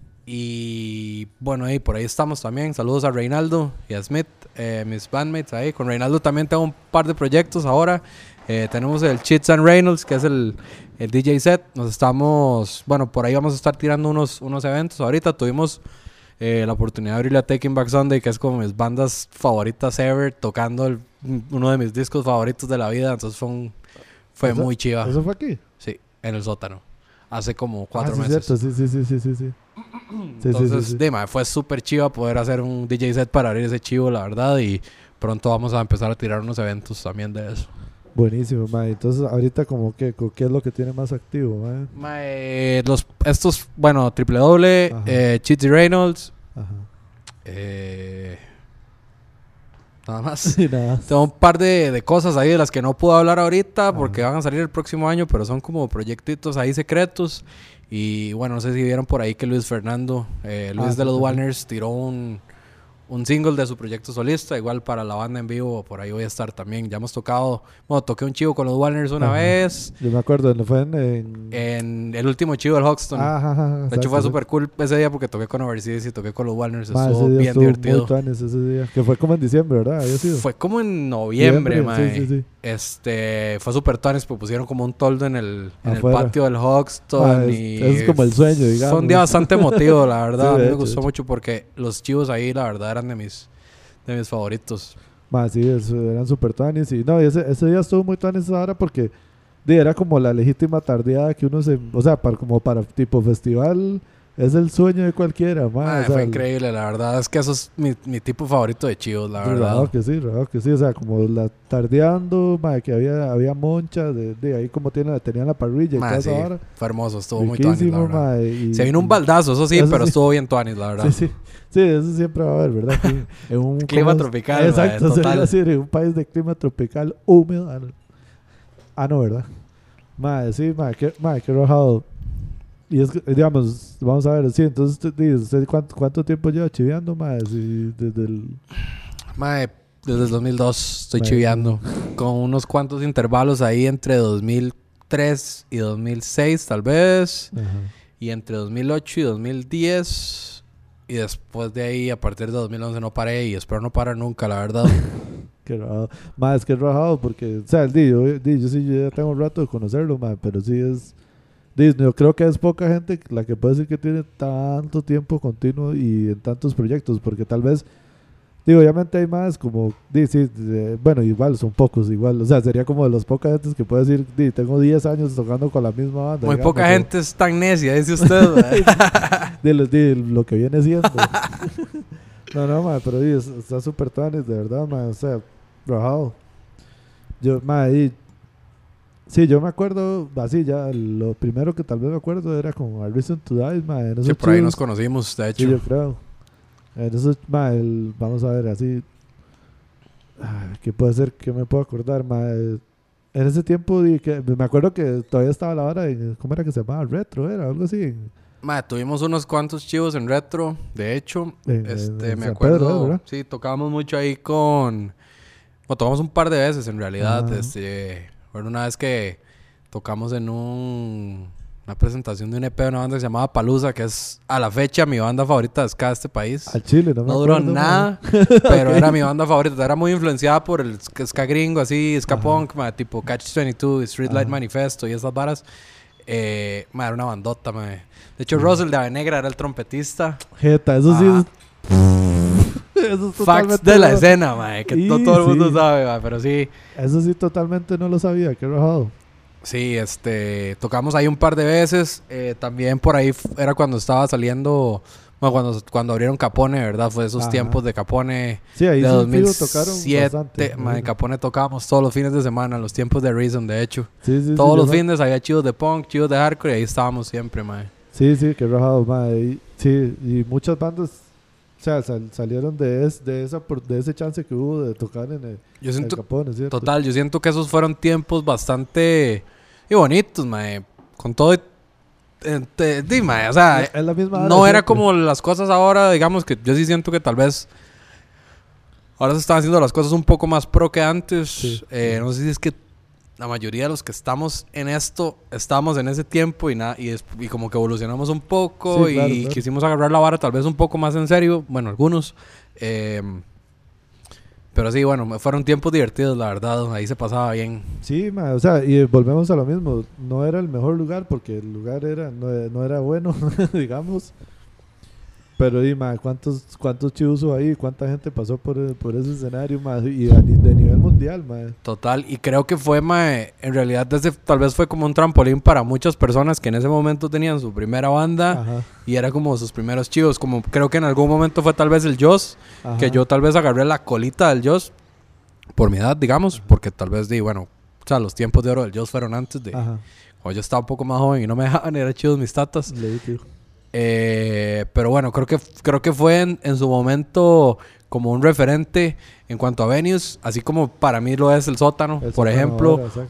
Speaker 5: Y bueno, ahí por ahí estamos también. Saludos a Reinaldo y a Smith, eh, mis bandmates ahí. Con Reinaldo también tengo un par de proyectos ahora. Eh, tenemos el Chits and Reynolds, que es el, el D J set. Nos estamos, bueno, por ahí vamos a estar tirando unos, unos eventos. Ahorita tuvimos eh, la oportunidad de abrirle a Taking Back Sunday, que es como mis bandas favoritas ever, tocando el- uno de mis discos favoritos de la vida. Entonces fue, un- fue
Speaker 2: ¿Eso-
Speaker 5: muy chiva.
Speaker 2: ¿Eso fue aquí?
Speaker 5: Sí, en el sótano. Hace como cuatro
Speaker 2: ah, sí,
Speaker 5: meses.
Speaker 2: cierto, sí, sí, sí, sí, sí, sí. Sí,
Speaker 5: Entonces,
Speaker 2: sí, sí, sí.
Speaker 5: de, mae, fue súper chiva poder hacer un D J set para abrir ese chivo, la verdad. Y pronto vamos a empezar a tirar unos eventos también de eso.
Speaker 2: Buenísimo, ma. Entonces, ahorita como que, co- ¿qué es lo que tiene más activo, ma?
Speaker 5: Mae, los, estos, bueno, triple doble,
Speaker 2: Ajá.
Speaker 5: eh, Chitsy Reynolds,
Speaker 2: Ajá.
Speaker 5: eh, nada más.
Speaker 2: Y nada.
Speaker 5: Tengo un par de, de cosas ahí de las que no puedo hablar ahorita porque
Speaker 2: Ajá.
Speaker 5: van a salir el próximo año, pero son como proyectitos ahí secretos. Y bueno, no sé si vieron por ahí que Luis Fernando, eh, Luis
Speaker 2: Ah,
Speaker 5: de
Speaker 2: sí,
Speaker 5: los
Speaker 2: también.
Speaker 5: Warners, tiró un, un single de su proyecto solista. Igual para la banda en vivo, por ahí voy a estar también. Ya hemos tocado, bueno, toqué un chivo con los Warners una
Speaker 2: Ajá.
Speaker 5: vez.
Speaker 2: Yo me acuerdo, ¿no fue en...? en...
Speaker 5: En el último chivo del Hoxton.
Speaker 2: Ajá, ajá,
Speaker 5: de hecho,
Speaker 2: exacto,
Speaker 5: fue
Speaker 2: sí.
Speaker 5: súper cool ese día porque toqué con Overseas y toqué con los Warners.
Speaker 2: Ma,
Speaker 5: Estuvo
Speaker 2: ese día
Speaker 5: bien
Speaker 2: estuvo
Speaker 5: divertido.
Speaker 2: muy tuanis ese día. Que fue como en diciembre, ¿verdad? Había sido.
Speaker 5: Fue como en noviembre, mae.
Speaker 2: Sí, sí, sí.
Speaker 5: Este, fue súper tuanis, porque pusieron como un toldo en el, en el
Speaker 2: Afuera.
Speaker 5: patio del Hoxton.
Speaker 2: Ah, es-
Speaker 5: y
Speaker 2: es como el sueño, digamos.
Speaker 5: Fue un día bastante emotivo, la verdad.
Speaker 2: Sí,
Speaker 5: A
Speaker 2: de
Speaker 5: mí me
Speaker 2: hecho,
Speaker 5: gustó
Speaker 2: de hecho.
Speaker 5: mucho porque los chivos ahí, la verdad, eran de mis, de mis favoritos.
Speaker 2: Ma, sí, eso, eran super tuanis. Y no, y ese, ese día estuvo muy tuanis esa hora porque di, era como la legítima tardeada que uno se... O sea, para, como para tipo festival... Es el sueño de cualquiera, ma.
Speaker 5: Mae,
Speaker 2: o sea,
Speaker 5: fue
Speaker 2: el-
Speaker 5: increíble, la verdad. Es que eso es mi, mi tipo favorito de chivos, la
Speaker 2: Sí,
Speaker 5: verdad.
Speaker 2: raro que sí, raro que sí, o sea, como la tardeando, ma, que había, había moncha, de, de ahí como tiene, tenían la parrilla y
Speaker 5: Mae,
Speaker 2: toda
Speaker 5: sí,
Speaker 2: esa hora.
Speaker 5: fue hermoso, estuvo muy tuanis, la
Speaker 2: Riquísimo,
Speaker 5: verdad.
Speaker 2: ma, y-
Speaker 5: Se vino un baldazo, eso sí,
Speaker 2: Eso
Speaker 5: pero
Speaker 2: sí.
Speaker 5: estuvo bien tuanis, la verdad.
Speaker 2: Sí, sí, sí, eso siempre va a haber, ¿verdad? Sí, en un
Speaker 5: Clima
Speaker 2: ¿cómo es?
Speaker 5: tropical, ma,
Speaker 2: Exacto, se
Speaker 5: total.
Speaker 2: iba a decir, en un país de clima tropical húmedo. Ah, no, ah, no, ¿verdad? Ma, sí, ma, qué, ma, qué rojado. Y es que, digamos, vamos a ver, sí, entonces, usted, di, ¿usted cuánto, cuánto tiempo lleva chiveando, ma? Sí, desde el...
Speaker 5: Mae, desde el dos mil dos estoy
Speaker 2: Mae.
Speaker 5: chiveando. Con unos cuantos intervalos ahí entre dos mil tres y dos mil seis, tal vez.
Speaker 2: Ajá.
Speaker 5: Y entre dos mil ocho y dos mil diez. Y después de ahí, a partir de dos mil once, no paré. Y espero no parar nunca, la verdad.
Speaker 2: Qué rajado. Ma, es que es rajado porque, o sea, el di, yo, di, yo sí yo ya tengo un rato de conocerlo, ma, pero sí es... di, yo creo que es poca gente la que puede decir que tiene tanto tiempo continuo y en tantos proyectos, porque tal vez Digo, obviamente hay más como, di, sí, de- bueno, igual son pocos, igual, o sea, sería como de los pocas gentes que puede decir, di, tengo diez años tocando con la misma banda.
Speaker 5: Muy
Speaker 2: digamos,
Speaker 5: poca
Speaker 2: o-
Speaker 5: gente es tan necia, dice usted. ¿verdad?
Speaker 2: de, lo- de lo que viene siendo. no, no, ma, pero di, es- está súper tuanis, de verdad, ma, o sea, rajado. Yo, ma, ahí, sí, yo me acuerdo, así ya, lo primero que tal vez me acuerdo era con A Reason to Die, ma, en esos
Speaker 5: Sí, por ahí
Speaker 2: chidos.
Speaker 5: nos conocimos, de
Speaker 2: Sí,
Speaker 5: hecho.
Speaker 2: yo creo. En eso, ma, el- vamos a ver, así. Ay, ¿qué puede ser? ¿Qué me puedo acordar, ma? Eh, En ese tiempo, di que, me acuerdo que todavía estaba la hora en. ¿Cómo era que se llamaba? Retro, era algo así. En,
Speaker 5: Ma, tuvimos unos cuantos chivos en retro, de hecho.
Speaker 2: en-
Speaker 5: Este,
Speaker 2: en
Speaker 5: me
Speaker 2: San
Speaker 5: acuerdo.
Speaker 2: Pedro, ¿verdad?
Speaker 5: Sí, tocábamos mucho ahí con. Bueno, tocamos un par de veces en realidad.
Speaker 2: Ah.
Speaker 5: Este, bueno, una vez que tocamos en un, una presentación de un E P de una banda que se llamaba Palusa, que es a la fecha mi banda favorita de ska de este país.
Speaker 2: Al Chile, no me
Speaker 5: No duró
Speaker 2: acuerdo, ma.
Speaker 5: nada, pero era mi banda favorita. Era muy influenciada por el ska ska gringo, así, ska
Speaker 2: Ajá.
Speaker 5: punk, ma, tipo Catch veintidós, Street Light
Speaker 2: Ajá.
Speaker 5: Manifesto y esas varas. Eh, ma, era una bandota, ma. De hecho, Russell de Ave Negra era el trompetista.
Speaker 2: Jeta, eso sí.
Speaker 5: Ajá.
Speaker 2: Es, eso es
Speaker 5: Facts
Speaker 2: totalmente
Speaker 5: de la
Speaker 2: no-
Speaker 5: escena, ma, que
Speaker 2: Y
Speaker 5: no todo el mundo
Speaker 2: sí.
Speaker 5: sabe, ma, pero sí.
Speaker 2: Eso sí, totalmente no lo sabía. Qué rajado.
Speaker 5: Sí, este, tocamos ahí un par de veces. Eh, también por ahí f- era cuando estaba saliendo, bueno, cuando, cuando abrieron Capone, ¿verdad? Fue esos
Speaker 2: Ajá.
Speaker 5: tiempos de Capone.
Speaker 2: Sí, ahí
Speaker 5: De
Speaker 2: sí,
Speaker 5: dos mil
Speaker 2: fijo, tocaron
Speaker 5: siete,
Speaker 2: bastante.
Speaker 5: ma, en Capone tocábamos todos los fines de semana, los tiempos de Reason, de hecho.
Speaker 2: Sí, sí, sí,
Speaker 5: Todos
Speaker 2: yo
Speaker 5: los
Speaker 2: me-
Speaker 5: fines había chivos de punk, chivos de hardcore y ahí estábamos siempre, mae.
Speaker 2: Sí, sí, qué rajado, ma. Y, sí, y muchas bandas, o sea, sal- salieron de, es, de, esa, por- de ese chance que hubo de tocar en el,
Speaker 5: Yo
Speaker 2: el
Speaker 5: siento,
Speaker 2: Capone, ¿cierto?
Speaker 5: total, yo siento que esos fueron tiempos bastante y bonitos, mae. Con todo y- eh, te- di, mae, o sea,
Speaker 2: Es la misma vara
Speaker 5: no era
Speaker 2: siempre.
Speaker 5: como las cosas ahora, digamos que yo sí siento que tal vez ahora se están haciendo las cosas un poco más pro que antes.
Speaker 2: Sí,
Speaker 5: Eh,
Speaker 2: sí.
Speaker 5: No sé si es que la mayoría de los que estamos en esto estamos en ese tiempo y nada y, es- y como que evolucionamos un poco
Speaker 2: Sí,
Speaker 5: y
Speaker 2: claro, claro.
Speaker 5: quisimos agarrar la vara tal vez un poco más en serio. Bueno, algunos. Eh, pero sí, bueno, me- fueron tiempos divertidos, la verdad. Ahí se pasaba bien.
Speaker 2: Sí, ma, o sea, y volvemos a lo mismo. No era el mejor lugar porque el lugar era no, no era bueno, digamos. Pero, di, ma, ¿cuántos, cuántos chivos hubo ahí? ¿Cuánta gente pasó por, el- por ese escenario, ma? Y a ni- de nivel mundial, ma.
Speaker 5: Total, y creo que fue, mae, en realidad desde, tal vez fue como un trampolín para muchas personas que en ese momento tenían su primera banda
Speaker 2: Ajá,
Speaker 5: y era como sus primeros chivos, como creo que en algún momento fue tal vez el Joss,
Speaker 2: ajá.
Speaker 5: que yo tal vez agarré la colita del Joss por mi edad, digamos, porque tal vez di, bueno, o sea, los tiempos de oro del Joss fueron antes de,
Speaker 2: Ajá,
Speaker 5: cuando yo estaba un poco más joven y no me dejaban, era chidos mis tatas.
Speaker 2: leí, tío.
Speaker 5: Eh, pero bueno, creo que creo que fue en, en su momento como un referente en cuanto a venues, así como para mí lo es el sótano,
Speaker 2: El
Speaker 5: por
Speaker 2: sótano
Speaker 5: ejemplo,
Speaker 2: ahora, exacto.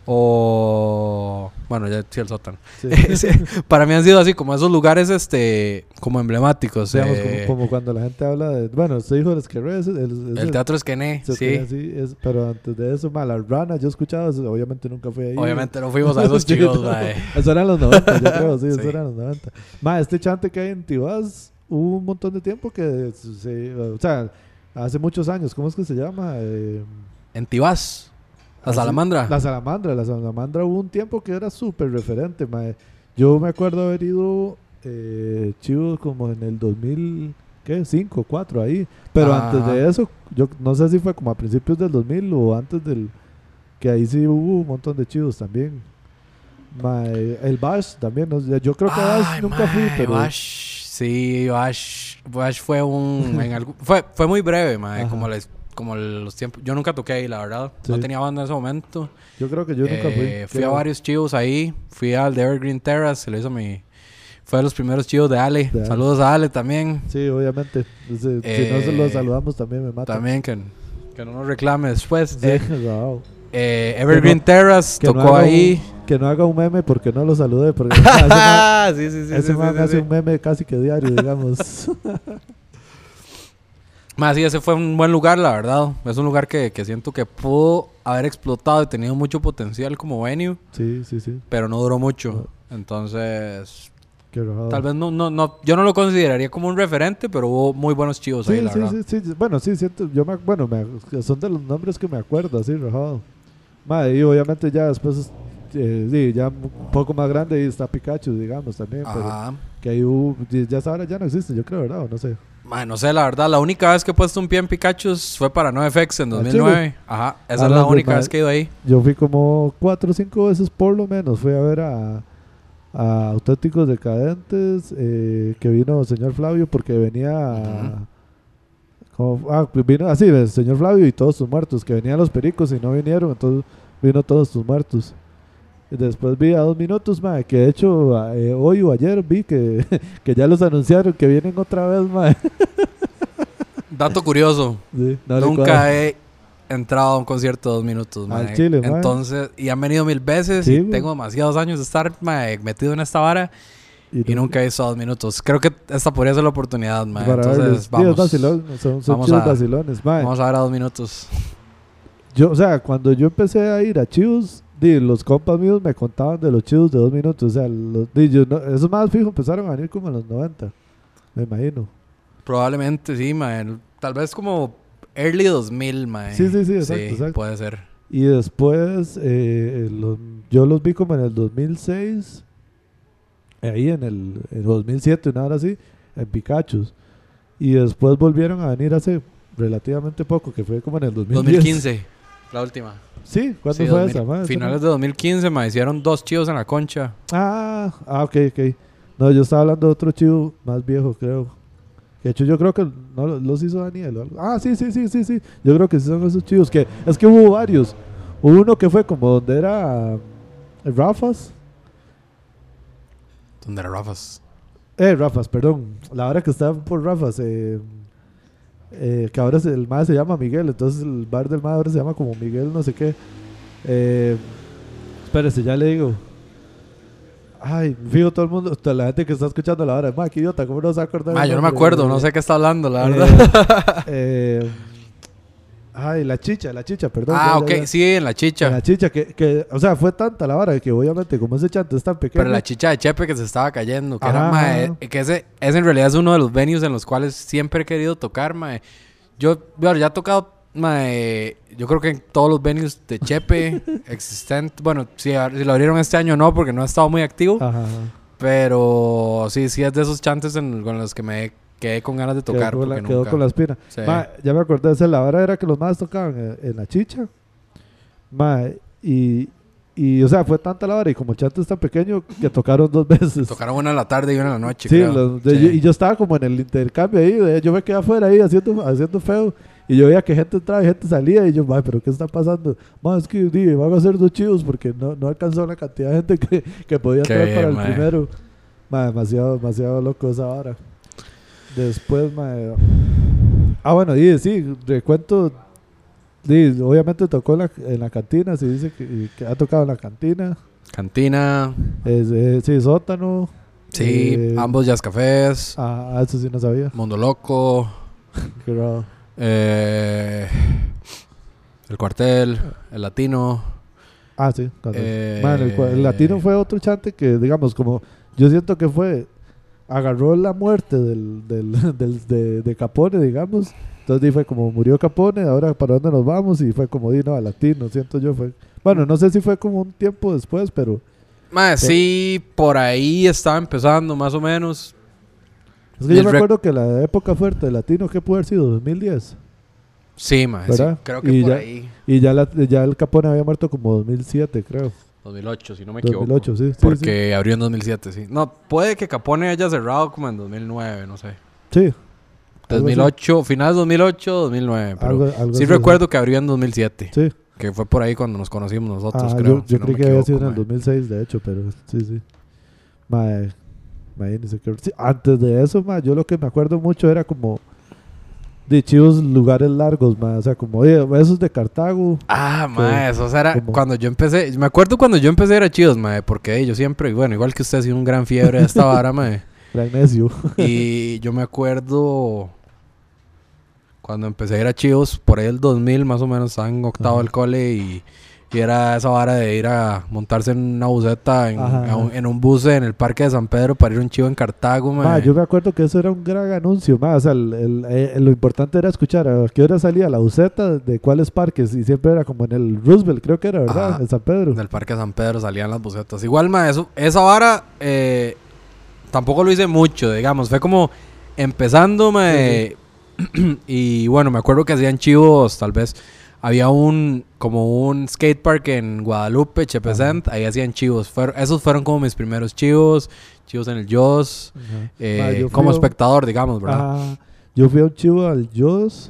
Speaker 5: o bueno, ya sí el sótano.
Speaker 2: Sí.
Speaker 5: Sí, para mí han sido así como esos lugares este como emblemáticos.
Speaker 2: Digamos,
Speaker 5: eh,
Speaker 2: como, como cuando la gente habla de... Bueno, usted dijo el Esquerré, es el, es
Speaker 5: el Teatro Esquené,
Speaker 2: se
Speaker 5: sí.
Speaker 2: escribe así, es- pero antes de eso, ma, la Rana, yo he escuchado, eso, obviamente nunca fui ahí.
Speaker 5: Obviamente no fuimos a esos
Speaker 2: Sí,
Speaker 5: chicos,
Speaker 2: no.
Speaker 5: mae.
Speaker 2: Eso eran los noventa, yo creo, sí, eso
Speaker 5: Sí.
Speaker 2: eran los noventa. Ma, este chante que hay en Tibás, hubo un montón de tiempo que se... O sea, hace muchos años, ¿cómo es que se llama? Eh,
Speaker 5: En Tibás, la
Speaker 2: así-
Speaker 5: Salamandra.
Speaker 2: La Salamandra, la Salamandra hubo un tiempo que era súper referente, ma. Yo me acuerdo haber ido eh, chivo como en el dos mil, ¿qué? cinco, cuatro ahí. Pero
Speaker 5: Ajá.
Speaker 2: antes de eso, yo no sé si fue como a principios del dos mil o antes del... Que ahí sí hubo un montón de chivos también. Ma, eh, el Bash también, no sé, yo creo que Bash
Speaker 5: Ay,
Speaker 2: nunca fui,
Speaker 5: mae,
Speaker 2: pero...
Speaker 5: Bash, sí, Bash, Bash fue un... en algún- fue, fue muy breve, mae,
Speaker 2: Ajá.
Speaker 5: como, les, como los tiempos... Yo nunca toqué ahí, la verdad. No
Speaker 2: Sí.
Speaker 5: tenía banda en ese momento.
Speaker 2: Yo creo que yo nunca
Speaker 5: Eh,
Speaker 2: fui.
Speaker 5: fui a
Speaker 2: creo.
Speaker 5: varios chivos ahí. Fui al de Evergreen Terrace, se lo hizo mi... Fue de los primeros chivos de Ale.
Speaker 2: De Ale.
Speaker 5: Saludos a Ale también.
Speaker 2: Sí, obviamente. Ese-
Speaker 5: Eh,
Speaker 2: si no se lo saludamos también me mata.
Speaker 5: También que, que no nos reclame después.
Speaker 2: Sí,
Speaker 5: Eh,
Speaker 2: wow.
Speaker 5: eh, Evergreen
Speaker 2: Que no-
Speaker 5: Terrace
Speaker 2: Que no
Speaker 5: tocó
Speaker 2: haga
Speaker 5: ahí.
Speaker 2: Un, que no haga un meme porque no lo saludé. Porque ese man,
Speaker 5: Ah, sí, sí, sí.
Speaker 2: ese
Speaker 5: sí,
Speaker 2: man
Speaker 5: sí,
Speaker 2: hace
Speaker 5: sí.
Speaker 2: un meme casi que diario, digamos.
Speaker 5: Más sí, ese fue un buen lugar, la verdad. Es un lugar que, que siento que pudo haber explotado y tenido mucho potencial como venue,
Speaker 2: Sí, sí, sí.
Speaker 5: pero no duró mucho. Entonces,
Speaker 2: Qué rajado.
Speaker 5: tal vez no, no, no, yo no lo consideraría como un referente, pero hubo muy buenos chivos ahí,
Speaker 2: Sí,
Speaker 5: la
Speaker 2: sí,
Speaker 5: verdad.
Speaker 2: sí, sí. Bueno, sí, siento. Yo me, bueno, me, son de los nombres que me acuerdo, así, rajado. Madre, y obviamente ya después, eh, sí, ya un poco más grande, y está Pikachu, digamos, también. Pero
Speaker 5: Ajá.
Speaker 2: que ahí hubo, ya esa hora ya no existe, yo creo, ¿verdad? O no sé.
Speaker 5: Man, no sé, la verdad, la única vez que he puesto un pie en Pikachu fue para NoFX en dos mil nueve. Ajá, esa ah, es la no, única man, vez que he ido ahí.
Speaker 2: Yo fui como cuatro o cinco veces por lo menos. Fui a ver a, a Auténticos Decadentes, eh, que vino el señor Flavio porque venía... Uh-huh. Como, ah, vino así, el señor Flavio y todos sus muertos, que venían los pericos y no vinieron, entonces vino todos sus muertos. Y después vi a dos minutos, ma, que de hecho eh, hoy o ayer vi que, que ya los anunciaron que vienen otra vez, ma.
Speaker 5: Dato curioso,
Speaker 2: sí, no
Speaker 5: nunca he entrado a un concierto de dos minutos, ma.
Speaker 2: Al Chile, ma.
Speaker 5: Entonces, y han venido mil veces, sí, y tengo demasiados años de estar, ma, metido en esta vara. Y, y nunca he visto dos minutos. Creo que esta podría ser la oportunidad, ma. Entonces, verlos. vamos.
Speaker 2: Vacilón, son son
Speaker 5: vamos, a,
Speaker 2: vacilones, ma.
Speaker 5: vamos a ver a dos minutos.
Speaker 2: Yo, o sea, cuando yo empecé a ir a chivos, di, los compas míos me contaban de los chivos de dos minutos. O sea, los, di, yo no, esos más fijos empezaron a venir como en los noventa, me imagino.
Speaker 5: Probablemente sí, ma. Tal vez como early dos mil, ma.
Speaker 2: Sí, sí, sí, exacto,
Speaker 5: sí,
Speaker 2: exacto.
Speaker 5: Puede ser.
Speaker 2: Y después, eh, los, yo los vi como en el dos mil seis... ahí en el en dos mil siete, una hora así, en Pikachu. Y después volvieron a venir hace relativamente poco, que fue como en el dos mil diez.
Speaker 5: dos mil quince, la última.
Speaker 2: Sí, ¿cuándo
Speaker 5: sí,
Speaker 2: fue
Speaker 5: dos mil,
Speaker 2: esa? Man?
Speaker 5: Finales de dos mil quince, me hicieron dos chivos en la Concha.
Speaker 2: Ah, ah, ok, ok. No, yo estaba hablando de otro chivo más viejo, creo. De hecho, yo creo que no los hizo Daniel o algo. Ah, sí, sí, sí, sí, sí. Yo creo que sí son esos chivos. Que, es que hubo varios. Hubo uno que fue como donde era el Rafas.
Speaker 5: ¿Dónde era Rafas?
Speaker 2: Eh, Rafas, perdón. La hora que estaba por Rafas, eh, eh, que ahora se, el madre se llama Miguel, entonces el bar del madre ahora se llama como Miguel no sé qué. Eh, espérese, ya le digo. Ay, fijo todo el mundo, toda la gente que está escuchando la hora. Ma, qué idiota, ¿cómo no se va a acordar?
Speaker 5: Ma, yo no me acuerdo, no sé qué está hablando, la
Speaker 2: eh,
Speaker 5: verdad.
Speaker 2: eh, ay, la chicha, la chicha, perdón.
Speaker 5: Ah,
Speaker 2: ya,
Speaker 5: ok,
Speaker 2: ya, ya.
Speaker 5: sí, en la chicha.
Speaker 2: En la chicha, que, que, o sea, fue tanta la vara que obviamente como ese chante es tan pequeño.
Speaker 5: Pero la chicha de Chepe que se estaba cayendo, que
Speaker 2: Ajá.
Speaker 5: era, mae, que ese, ese en realidad es uno de los venues en los cuales siempre he querido tocar, mae. Yo, bueno, ya he tocado, mae, yo creo que en todos los venues de Chepe existentes. Bueno, si, si lo abrieron este año no, porque no he estado muy activo.
Speaker 2: Ajá, ajá.
Speaker 5: Pero sí, sí es de esos chantes en, con los que me quedé con ganas de tocar.
Speaker 2: Quedó con, la,
Speaker 5: porque
Speaker 2: quedó
Speaker 5: nunca...
Speaker 2: con la espina.
Speaker 5: Sí.
Speaker 2: Ma, ya me acordé de esa, la hora era que los más tocaban en, en la chicha. Ma, y, y, o sea, fue tanta la hora y como el chante es tan pequeño que tocaron dos veces.
Speaker 5: Tocaron una en la tarde y una en la noche,
Speaker 2: sí,
Speaker 5: creo.
Speaker 2: Los, de,
Speaker 5: sí.
Speaker 2: Yo, y yo estaba como en el intercambio ahí, de, yo me quedé afuera ahí haciendo, haciendo feo. Y yo veía que gente entraba y gente salía y yo, ma, pero ¿qué está pasando? Ma, es que di, van a hacer dos chivos porque no, no alcanzó la cantidad de gente que, que podía entrar para el
Speaker 5: ma.
Speaker 2: primero. Ma, demasiado, demasiado loco esa hora. Después, ma, ah, bueno, y sí, recuento, sí, obviamente tocó en la, en la cantina, se dice que, que ha tocado en la cantina.
Speaker 5: Cantina.
Speaker 2: Es, eh, sí, sótano.
Speaker 5: Sí,
Speaker 2: eh,
Speaker 5: ambos jazz cafés.
Speaker 2: Ah, eso sí no sabía.
Speaker 5: Mundo Loco.
Speaker 2: Qué raro.
Speaker 5: Eh, el Cuartel, el Latino.
Speaker 2: Ah, sí.
Speaker 5: Eh,
Speaker 2: Man, el, el Latino fue otro chante que, digamos, como yo siento que fue, agarró la muerte del, del, del de, de Capone, digamos. Entonces fue como murió Capone, ahora para dónde nos vamos, y fue como vino al Latino, siento yo. Fue bueno, no sé si fue como un tiempo después, pero
Speaker 5: Mae, sí, por ahí estaba empezando más o menos.
Speaker 2: Es que yo me acuerdo que la época fuerte del Latino, ¿qué puede haber sido? ¿dos mil diez?
Speaker 5: Sí, mae, sí, creo que
Speaker 2: y
Speaker 5: por
Speaker 2: ya,
Speaker 5: ahí.
Speaker 2: Y ya, la, ya el Capone había muerto como dos mil siete, creo.
Speaker 5: dos mil ocho, si no me
Speaker 2: dos mil ocho,
Speaker 5: equivoco.
Speaker 2: sí.
Speaker 5: Porque
Speaker 2: sí.
Speaker 5: abrió en dos mil siete, sí. No, puede que Capone haya cerrado como en dos mil nueve, no sé.
Speaker 2: Sí.
Speaker 5: dos mil ocho, finales dos mil ocho, dos mil nueve. Pero
Speaker 2: algo, algo
Speaker 5: sí
Speaker 2: así,
Speaker 5: recuerdo sí. que abrió en dos mil siete.
Speaker 2: Sí.
Speaker 5: Que fue por ahí cuando nos conocimos nosotros,
Speaker 2: ah,
Speaker 5: creo.
Speaker 2: Yo, yo
Speaker 5: si
Speaker 2: creí
Speaker 5: no
Speaker 2: que
Speaker 5: equivoco,
Speaker 2: había sido en el
Speaker 5: mae.
Speaker 2: dos mil seis, de hecho, pero sí, sí. Mae, imagínense que... Sí, antes de eso, mae, yo lo que me acuerdo mucho era como... de chivos lugares largos, mae. O sea, como oye, esos de Cartago.
Speaker 5: Ah, mae, eso era
Speaker 2: como...
Speaker 5: cuando yo empecé. Me acuerdo cuando yo empecé era chivos, mae. Porque hey, yo siempre, bueno, igual que usted, ha sido un gran fiebre de esta vara, mae.
Speaker 2: Gran necio.
Speaker 5: Y yo me acuerdo cuando empecé a ir a chivos, por ahí el dos mil más o menos, estaba en octavo del cole y, y era esa vara de ir a montarse en una buseta, en,
Speaker 2: Ajá,
Speaker 5: un, en un bus en el parque de San Pedro para ir a un chivo en Cartago, mae.
Speaker 2: Ma, yo me acuerdo que eso era un gran anuncio, ma. O sea, el, el, el, lo importante era escuchar a qué hora salía la buseta, de cuáles parques, y siempre era como en el Roosevelt, creo que era, ¿verdad?
Speaker 5: Ajá,
Speaker 2: en San Pedro.
Speaker 5: En el parque de San Pedro salían las bucetas. Igual, ma, eso, esa vara eh, tampoco lo hice mucho, digamos. Fue como empezando, mae, y bueno, me acuerdo que hacían chivos, tal vez. Había un, como un skatepark en Guadalupe, Chepesent, ahí hacían chivos. Fueron, esos fueron como mis primeros chivos, chivos en el Joss, eh,
Speaker 2: Ma,
Speaker 5: como
Speaker 2: a,
Speaker 5: espectador, digamos, ¿verdad?
Speaker 2: Ah, yo fui a un chivo al Joss,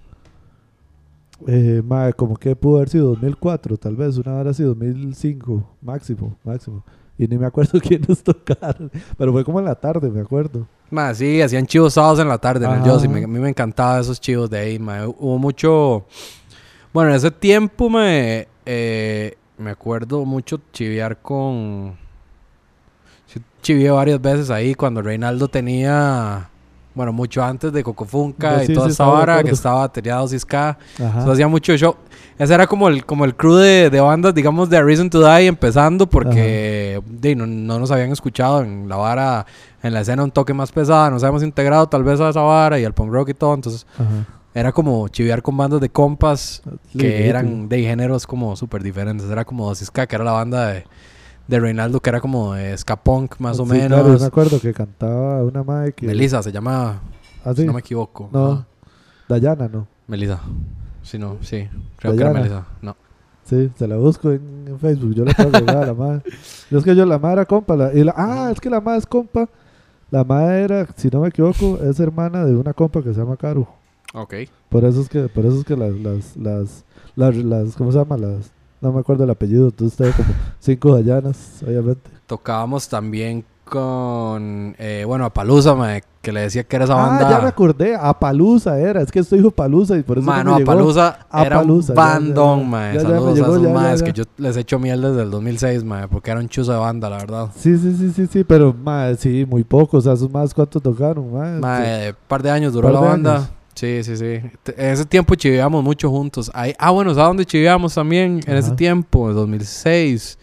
Speaker 2: eh, ma, como que pudo haber sido dos mil cuatro, tal vez, una hora así, dos mil cinco, máximo, máximo. Y ni me acuerdo quiénes tocaron, pero fue como en la tarde, me acuerdo.
Speaker 5: Ma, sí, hacían chivos sábados en la tarde en el
Speaker 2: Ajá.
Speaker 5: Joss, y me, a mí me encantaban esos chivos de ahí, ma. Hubo mucho... Bueno, en ese tiempo me, eh, me acuerdo mucho chivear con... Sí, chiveé varias veces ahí cuando Reinaldo tenía... Bueno, mucho antes de Cocofunca
Speaker 2: Sí,
Speaker 5: y toda
Speaker 2: sí,
Speaker 5: esa
Speaker 2: estaba de
Speaker 5: vara,
Speaker 2: acuerdo.
Speaker 5: que estaba batería dos K.
Speaker 2: Ajá.
Speaker 5: Entonces hacía mucho show. Ese era como el, como el crew de, de bandas, digamos, de A Reason to Die empezando porque de, no, no nos habían escuchado en la vara, en la escena un toque más pesada. Nos habíamos integrado tal vez a esa vara y al punk rock y todo. Entonces...
Speaker 2: Ajá.
Speaker 5: Era como chivear con bandas de compas que
Speaker 2: Legítimo.
Speaker 5: eran de géneros como súper diferentes. Era como Dosis-K, que era la banda de, de Reinaldo, que era como de ska punk más o
Speaker 2: Sí,
Speaker 5: menos.
Speaker 2: claro, yo me acuerdo que cantaba una madre que...
Speaker 5: Melissa se llama,
Speaker 2: ¿Ah,
Speaker 5: si
Speaker 2: sí?
Speaker 5: no me equivoco.
Speaker 2: No,
Speaker 5: Ajá.
Speaker 2: Dayana, no.
Speaker 5: Melissa. Sí, no, sí. Creo
Speaker 2: Dayana.
Speaker 5: que era Melissa. No.
Speaker 2: Sí, se la busco en, en Facebook. Yo la tengo agregada a la madre. Yo es que yo, la madre era compa. La, y la, ah, es que la madre es compa. La madre era, si no me equivoco, es hermana de una compa que se llama Caro.
Speaker 5: Ok.
Speaker 2: Por eso es que, por eso es que las, las, las, las, las, ¿cómo se llama? Las, no me acuerdo el apellido. Entonces tengo como cinco Dayanas, obviamente.
Speaker 5: Tocábamos también con, eh, bueno, a Palusa, que le decía que era esa banda.
Speaker 2: Ah, ya me acordé. Apalusa era. Es que esto dijo Palusa y por eso
Speaker 5: Mano,
Speaker 2: no me llegó.
Speaker 5: Apalusa era
Speaker 2: Apalooza,
Speaker 5: un
Speaker 2: ya,
Speaker 5: bandón,
Speaker 2: ya,
Speaker 5: mae.
Speaker 2: ya, ya,
Speaker 5: Saludos
Speaker 2: me llegó,
Speaker 5: a esos
Speaker 2: ya, ya,
Speaker 5: maes
Speaker 2: ya.
Speaker 5: que yo les echo miel desde el dos mil seis, mae, porque era un chuzo de banda, la verdad.
Speaker 2: Sí, sí, sí, sí, sí, pero mae, sí, muy pocos. O sea, esos más cuántos tocaron, mae.
Speaker 5: Mae, un par de años duró
Speaker 2: Par
Speaker 5: la
Speaker 2: de
Speaker 5: banda.
Speaker 2: años.
Speaker 5: Sí, sí, sí. Te- En ese tiempo chiveamos mucho juntos. Ahí, ah, bueno, ¿sabes dónde chiveamos también? En ese
Speaker 2: Ajá.
Speaker 5: tiempo, en dos mil seis.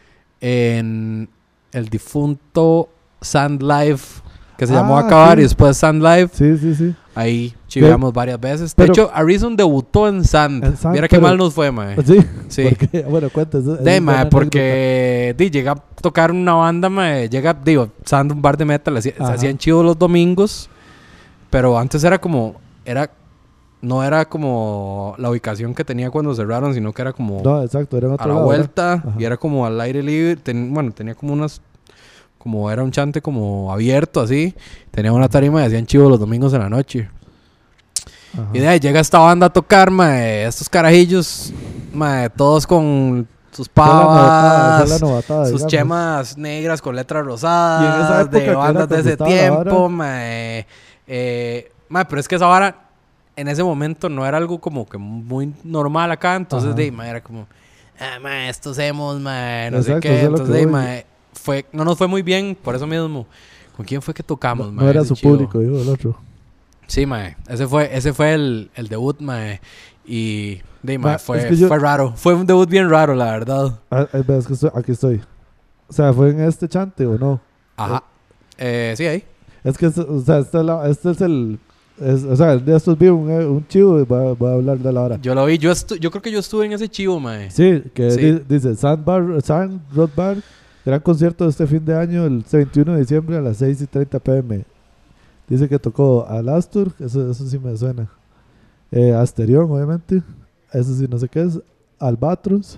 Speaker 5: En el difunto Sand Live, que se llamó
Speaker 2: Ah,
Speaker 5: Acabar
Speaker 2: sí.
Speaker 5: y después Sand Live.
Speaker 2: Sí, sí, sí.
Speaker 5: Ahí chiveamos varias veces. De
Speaker 2: pero-
Speaker 5: hecho, Arison debutó en Sand.
Speaker 2: En Sand,
Speaker 5: Mira qué
Speaker 2: pero-
Speaker 5: mal nos fue, mae.
Speaker 2: Sí.
Speaker 5: Sí.
Speaker 2: Porque, bueno, cuenta. eso- eso
Speaker 5: De,
Speaker 2: es
Speaker 5: mae,
Speaker 2: buena
Speaker 5: porque di, llega a tocar una banda, mae, llega, digo, Sand, un bar de metal, hacía- se
Speaker 2: Ajá.
Speaker 5: hacían chivos los domingos, pero antes era como, era, no era como la ubicación que tenía cuando cerraron, sino que era como
Speaker 2: anécdota. No, exacto, era en
Speaker 5: a
Speaker 2: otro
Speaker 5: la
Speaker 2: lado, ¿verdad?
Speaker 5: vuelta,
Speaker 2: Ajá.
Speaker 5: y era como al aire libre, ten- bueno, tenía como unas, como era un chante como abierto así, tenía una tarima y hacían chivos los domingos en la noche.
Speaker 2: Ajá.
Speaker 5: Y de ahí llega esta banda a tocar, mae, estos carajillos, mae, todos con sus
Speaker 2: Esa es la novatada,
Speaker 5: pavas,
Speaker 2: esa es la novatada,
Speaker 5: sus
Speaker 2: digamos.
Speaker 5: chemas negras con letras
Speaker 2: Y en
Speaker 5: rosadas,
Speaker 2: esa época que
Speaker 5: de
Speaker 2: era
Speaker 5: bandas de
Speaker 2: cuando
Speaker 5: ese
Speaker 2: estaba la
Speaker 5: tiempo,
Speaker 2: vara.
Speaker 5: mae. Eh, mae, pero es que esa vara en ese momento no era algo como que muy normal acá, entonces
Speaker 2: Ajá.
Speaker 5: de ahí, mae, era como, ah, mae, estos hemos, mae, no
Speaker 2: Exacto,
Speaker 5: sé
Speaker 2: eso
Speaker 5: qué,
Speaker 2: es lo
Speaker 5: entonces
Speaker 2: que
Speaker 5: de ahí,
Speaker 2: voy.
Speaker 5: mae, fue, no nos fue muy bien, por eso mismo. ¿Con quién fue que tocamos,
Speaker 2: No,
Speaker 5: mae?
Speaker 2: no era
Speaker 5: ese
Speaker 2: su
Speaker 5: chivo?
Speaker 2: público, digo, el otro.
Speaker 5: Sí, mae. Ese fue, ese fue el, el debut, mae. Y, de, mae,
Speaker 2: Ma,
Speaker 5: fue,
Speaker 2: es que yo-
Speaker 5: fue raro. Fue un debut bien raro, la verdad.
Speaker 2: Ah, eh, ves que estoy- aquí estoy. O sea, ¿fue en este chante o no?
Speaker 5: Ajá. Eh, sí, ahí.
Speaker 2: Es que, es- o sea, este, es la- este es el... es- o sea, el de estos vi un, eh, un chivo y voy a, voy a hablar de la hora.
Speaker 5: Yo lo vi. Yo, estu- yo creo que yo estuve en ese chivo, mae.
Speaker 2: Sí, que
Speaker 5: Sí.
Speaker 2: di- dice Sand, Bar, Sand Road Bar, gran concierto de este fin de año, el veintiuno de diciembre a las seis y treinta pm. Dice que tocó al Astur, eso, eso sí me suena. Eh, Asterión, obviamente. Eso sí, no sé qué es. Albatros.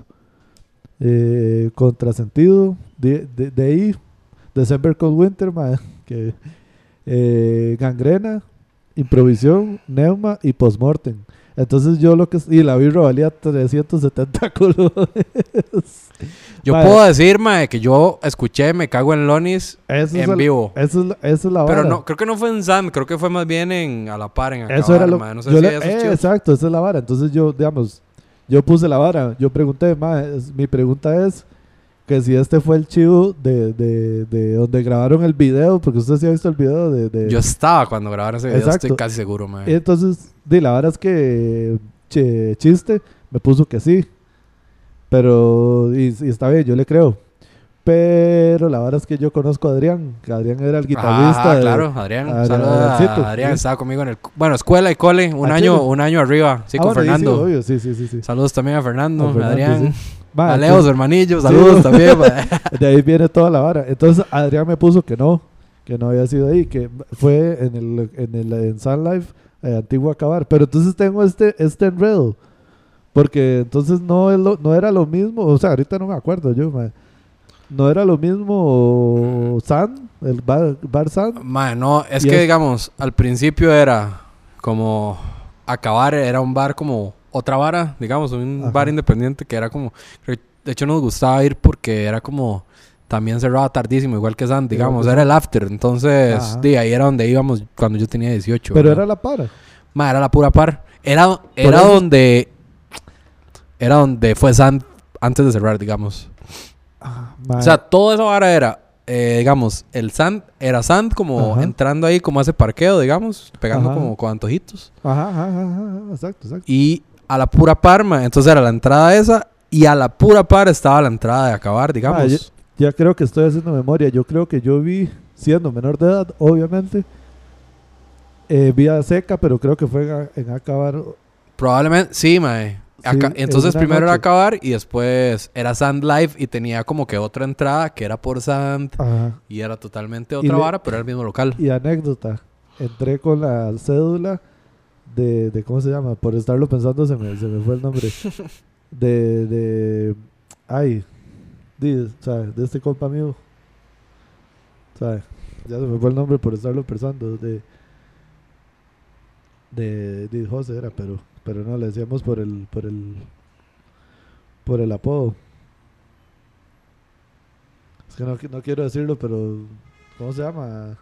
Speaker 2: Eh, Contrasentido. De, de, de ahí. December Cold Winter, ma, que, eh, Gangrena. Improvisión. Neuma y Postmortem. Entonces yo lo que... Y la birra valía trescientos setenta colores.
Speaker 5: Yo
Speaker 2: Mae,
Speaker 5: puedo decir, mae, que yo escuché Me Cago en Lonis
Speaker 2: eso es
Speaker 5: en
Speaker 2: el-
Speaker 5: vivo.
Speaker 2: Eso es la, eso es la
Speaker 5: Pero
Speaker 2: vara.
Speaker 5: no, creo que no fue en Sam. Creo que fue más bien en A la Par, en Acabar,
Speaker 2: Eso era lo
Speaker 5: mae. No sé
Speaker 2: yo
Speaker 5: si
Speaker 2: le-
Speaker 5: esos
Speaker 2: eh,
Speaker 5: chivos.
Speaker 2: exacto, esa es la vara. Entonces yo, digamos, yo puse la vara. Yo pregunté, ma, es- mi pregunta es que si este fue el chivo de, de, de donde grabaron el video, porque usted sí ha visto el video de... de-
Speaker 5: Yo estaba cuando grabaron ese video,
Speaker 2: Exacto.
Speaker 5: estoy casi seguro, mae.
Speaker 2: Y entonces, di, la vara es que che, Chiste me puso que sí. Pero, y, y está bien, yo le creo. Pero la vara es que yo conozco a Adrián, que Adrián era el guitarrista.
Speaker 5: Ah,
Speaker 2: de-
Speaker 5: claro, Adrián.
Speaker 2: Adrián-
Speaker 5: Saludos a
Speaker 2: Adriancito,
Speaker 5: Adrián,
Speaker 2: sí.
Speaker 5: estaba conmigo en el... Bueno, escuela y cole, un
Speaker 2: ¿Ah,
Speaker 5: año,
Speaker 2: sí?
Speaker 5: un año arriba. Sí,
Speaker 2: Ah,
Speaker 5: con
Speaker 2: bueno, sí,
Speaker 5: Fernando.
Speaker 2: Sí, obvio, sí, sí, sí, sí.
Speaker 5: Saludos también a Fernando,
Speaker 2: A Fernando,
Speaker 5: Adrián.
Speaker 2: sí. Ma,
Speaker 5: A Leo,
Speaker 2: entonces-
Speaker 5: su hermanillo,
Speaker 2: Sí,
Speaker 5: saludos
Speaker 2: bo-
Speaker 5: también. mae.
Speaker 2: De ahí viene toda la vara. Entonces Adrián me puso que no, que no había sido ahí, que fue en el en el en Sun Life eh, antiguo Acabar. Pero entonces tengo este este enredo, porque entonces no es lo, no era lo mismo, o sea, ahorita no me acuerdo yo, mae. No era lo mismo Sun, el bar, bar Sun.
Speaker 5: Mae, no, es
Speaker 2: Y
Speaker 5: que
Speaker 2: es-
Speaker 5: digamos, al principio era como Acabar, era un bar como otra vara, digamos, un
Speaker 2: Ajá.
Speaker 5: bar independiente que era como, de hecho nos gustaba ir porque era como también cerraba tardísimo, igual que Sun, digamos,
Speaker 2: que
Speaker 5: era el after, entonces
Speaker 2: Ajá.
Speaker 5: de ahí era donde íbamos cuando yo tenía dieciocho.
Speaker 2: Pero
Speaker 5: ¿verdad?
Speaker 2: era la para.
Speaker 5: Ma, era la pura par. Era, era
Speaker 2: eso-
Speaker 5: donde. Era donde fue Sand antes de cerrar, digamos.
Speaker 2: Ah, mae.
Speaker 5: O sea, toda esa vara era. Eh, digamos, el Sand era Sand como
Speaker 2: Ajá.
Speaker 5: entrando ahí como hace parqueo, digamos. Pegando
Speaker 2: Ajá.
Speaker 5: como con antojitos.
Speaker 2: Ajá, ajá, ajá, ajá, exacto, exacto.
Speaker 5: Y a la pura par, ma, entonces era la entrada esa. Y a la pura par estaba la entrada de Acabar, digamos.
Speaker 2: Ma, yo- Ya creo que estoy haciendo memoria. Yo creo que yo vi, siendo menor de edad, obviamente, eh, vi a Seca, pero creo que fue en, en Acabar.
Speaker 5: Probablemente, sí, mae. Aca-
Speaker 2: Sí, en
Speaker 5: entonces
Speaker 2: una
Speaker 5: primero era
Speaker 2: noche.
Speaker 5: Acabar y después era Sand Live y tenía como que otra entrada que era por Sand.
Speaker 2: Ajá.
Speaker 5: Y era totalmente
Speaker 2: Y
Speaker 5: otra
Speaker 2: le-
Speaker 5: vara, pero era el mismo local.
Speaker 2: Y anécdota, entré con la cédula de, de ¿cómo se llama? Por estarlo pensando se me, se me fue el nombre. De, de, ay, de, ¿sabe? De este compa mío. ¿Sabe? Ya se me fue el nombre por estarlo pensando. De, de, de José era, pero, pero no, le decíamos por el, por el, por el apodo. Es que no, no quiero decirlo, pero, ¿cómo se llama?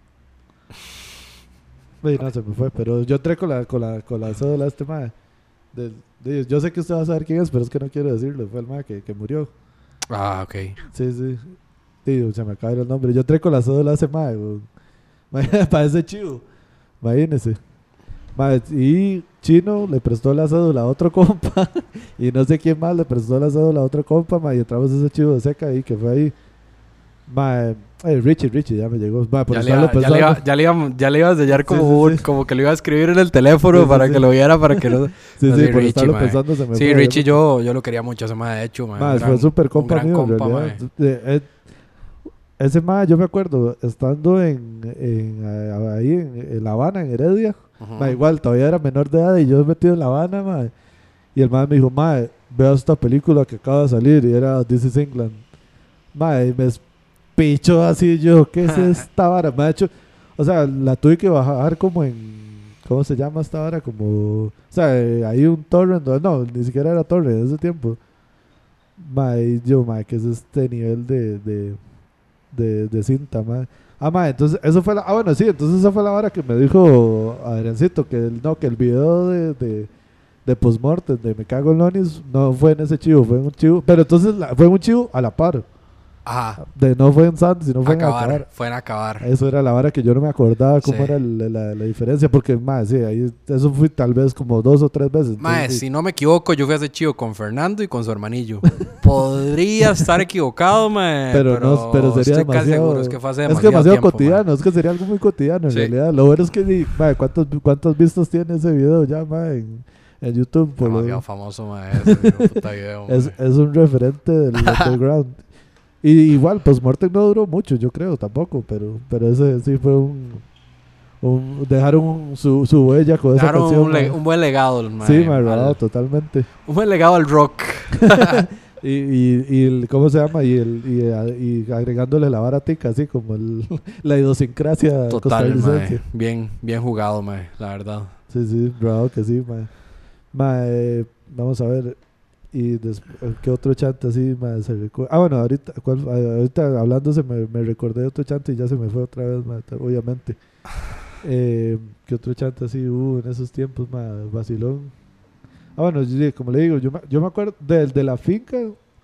Speaker 2: Uy, no, se me fue, pero yo entré con la, con la, con la cédula de este mae. Del- de- yo sé que usted va a saber quién es, pero es que no quiero decirlo. Fue el mae que, que murió.
Speaker 5: Ah, ok.
Speaker 2: Sí, sí. Sí, se me acaba de ir el nombre. Yo entré con la cédula de ese mae, weón. Mae, parece chivo. Imagínese. Mae, y Chino le prestó la cédula a otro compa. Y no sé quién más le prestó la cédula a otro compa, mae. Y entramos ese chivo de Seca ahí, que fue ahí. Mae, eh, Richie, Richie, ya me llegó. Mae, por
Speaker 5: Ya le,
Speaker 2: estarlo
Speaker 5: iba, ya, le iba,
Speaker 2: pensando.
Speaker 5: ya, le iba, ya le iba a sellar como,
Speaker 2: Sí, sí,
Speaker 5: un-
Speaker 2: sí.
Speaker 5: como que lo iba a escribir en el teléfono
Speaker 2: Sí, sí,
Speaker 5: para
Speaker 2: sí.
Speaker 5: que lo viera, para que no...
Speaker 2: Sí,
Speaker 5: No,
Speaker 2: sí,
Speaker 5: sí,
Speaker 2: por
Speaker 5: Richie,
Speaker 2: estarlo
Speaker 5: mae.
Speaker 2: pensando se me
Speaker 5: Sí,
Speaker 2: fue.
Speaker 5: Richie yo, yo lo quería mucho, ese mae, de hecho, mae.
Speaker 2: Mae,
Speaker 5: un
Speaker 2: fue
Speaker 5: gran-
Speaker 2: súper
Speaker 5: un
Speaker 2: compa
Speaker 5: gran
Speaker 2: mío, en
Speaker 5: compa,
Speaker 2: realidad.
Speaker 5: mae.
Speaker 2: De- eh, ese mae, yo me acuerdo, estando en, en, eh, ahí en, en La Habana, en Heredia.
Speaker 5: Ujú.
Speaker 2: Mae, igual, todavía era menor de edad y yo metido en La Habana, mae. Y el mae me dijo, mae, vea esta película que acaba de salir. Y era This is England. Mae, y me pichó así yo, ¿qué es esta vara? Me ha hecho, o sea, la tuve que bajar como en, ¿cómo se llama esta vara? Como, o sea, eh, hay un torrent, no, no, ni siquiera era torrent en ese tiempo. Mae, y yo, mae, ¿qué es este nivel de, de, de, de cinta, mae? Ah, mae, entonces, eso fue la, ah, bueno, sí, entonces esa fue la vara que me dijo Adriancito, que el, no, que el video de, de, de postmortem de Me Cago en Lonis no fue en ese chivo, fue en un chivo, pero entonces la- fue en un chivo a la par.
Speaker 5: Ajá.
Speaker 2: De no fue en Santos, sino fue
Speaker 5: Acabar.
Speaker 2: en Acabar.
Speaker 5: Fue en Acabar.
Speaker 2: Eso era la vara que yo no me acordaba cómo
Speaker 5: Sí.
Speaker 2: era el- la, la diferencia, porque más, sí, ahí, eso fue tal vez como dos o tres veces.
Speaker 5: Mae,
Speaker 2: entonces, sí.
Speaker 5: si no me equivoco, yo fui a ese chivo con Fernando y con su hermanillo. Podría estar equivocado, mae.
Speaker 2: pero, no, pero sería
Speaker 5: estoy casi
Speaker 2: demasiado,
Speaker 5: seguro, es que fue hace
Speaker 2: es
Speaker 5: demasiado,
Speaker 2: que demasiado
Speaker 5: tiempo,
Speaker 2: cotidiano, es que sería algo muy cotidiano en
Speaker 5: Sí.
Speaker 2: realidad. Lo bueno es que, ni- mae, ¿cuántos, ¿cuántos vistos tiene ese video ya, mae, en, en YouTube?
Speaker 5: mae.
Speaker 2: Por lo-
Speaker 5: Demasiado famoso, mae. Ese hijo de puta video,
Speaker 2: es,
Speaker 5: mae.
Speaker 2: es un referente del underground. Y igual, Postmortem no duró mucho, yo creo, tampoco, pero, pero ese sí fue un... un dejaron un- su, su huella con esa
Speaker 5: Dejaron
Speaker 2: canción.
Speaker 5: un, le-
Speaker 2: mae.
Speaker 5: un buen legado, mae.
Speaker 2: Sí, me ha
Speaker 5: al-
Speaker 2: robado totalmente.
Speaker 5: Un buen legado al rock.
Speaker 2: Y, y, y el, ¿cómo se llama? Y, el, y, a- y agregándole la vara tica, así como el, la idiosincrasia
Speaker 5: Total,
Speaker 2: costarricense.
Speaker 5: mae. Bien, bien jugado, mae. La verdad.
Speaker 2: Sí, sí, bravo que sí, mae. Mae, vamos a ver. Y des- ¿qué otro chante así, mae, se recuerda? Ah, bueno, ahorita, cuál- ahorita hablando se me, me recordé de otro chante y ya se me fue otra vez, mae, t- obviamente. Eh, ¿Qué otro chante así hubo en esos tiempos, mae? Vacilón. Ah, bueno, yo- como le digo, yo me, yo me acuerdo del de la finca.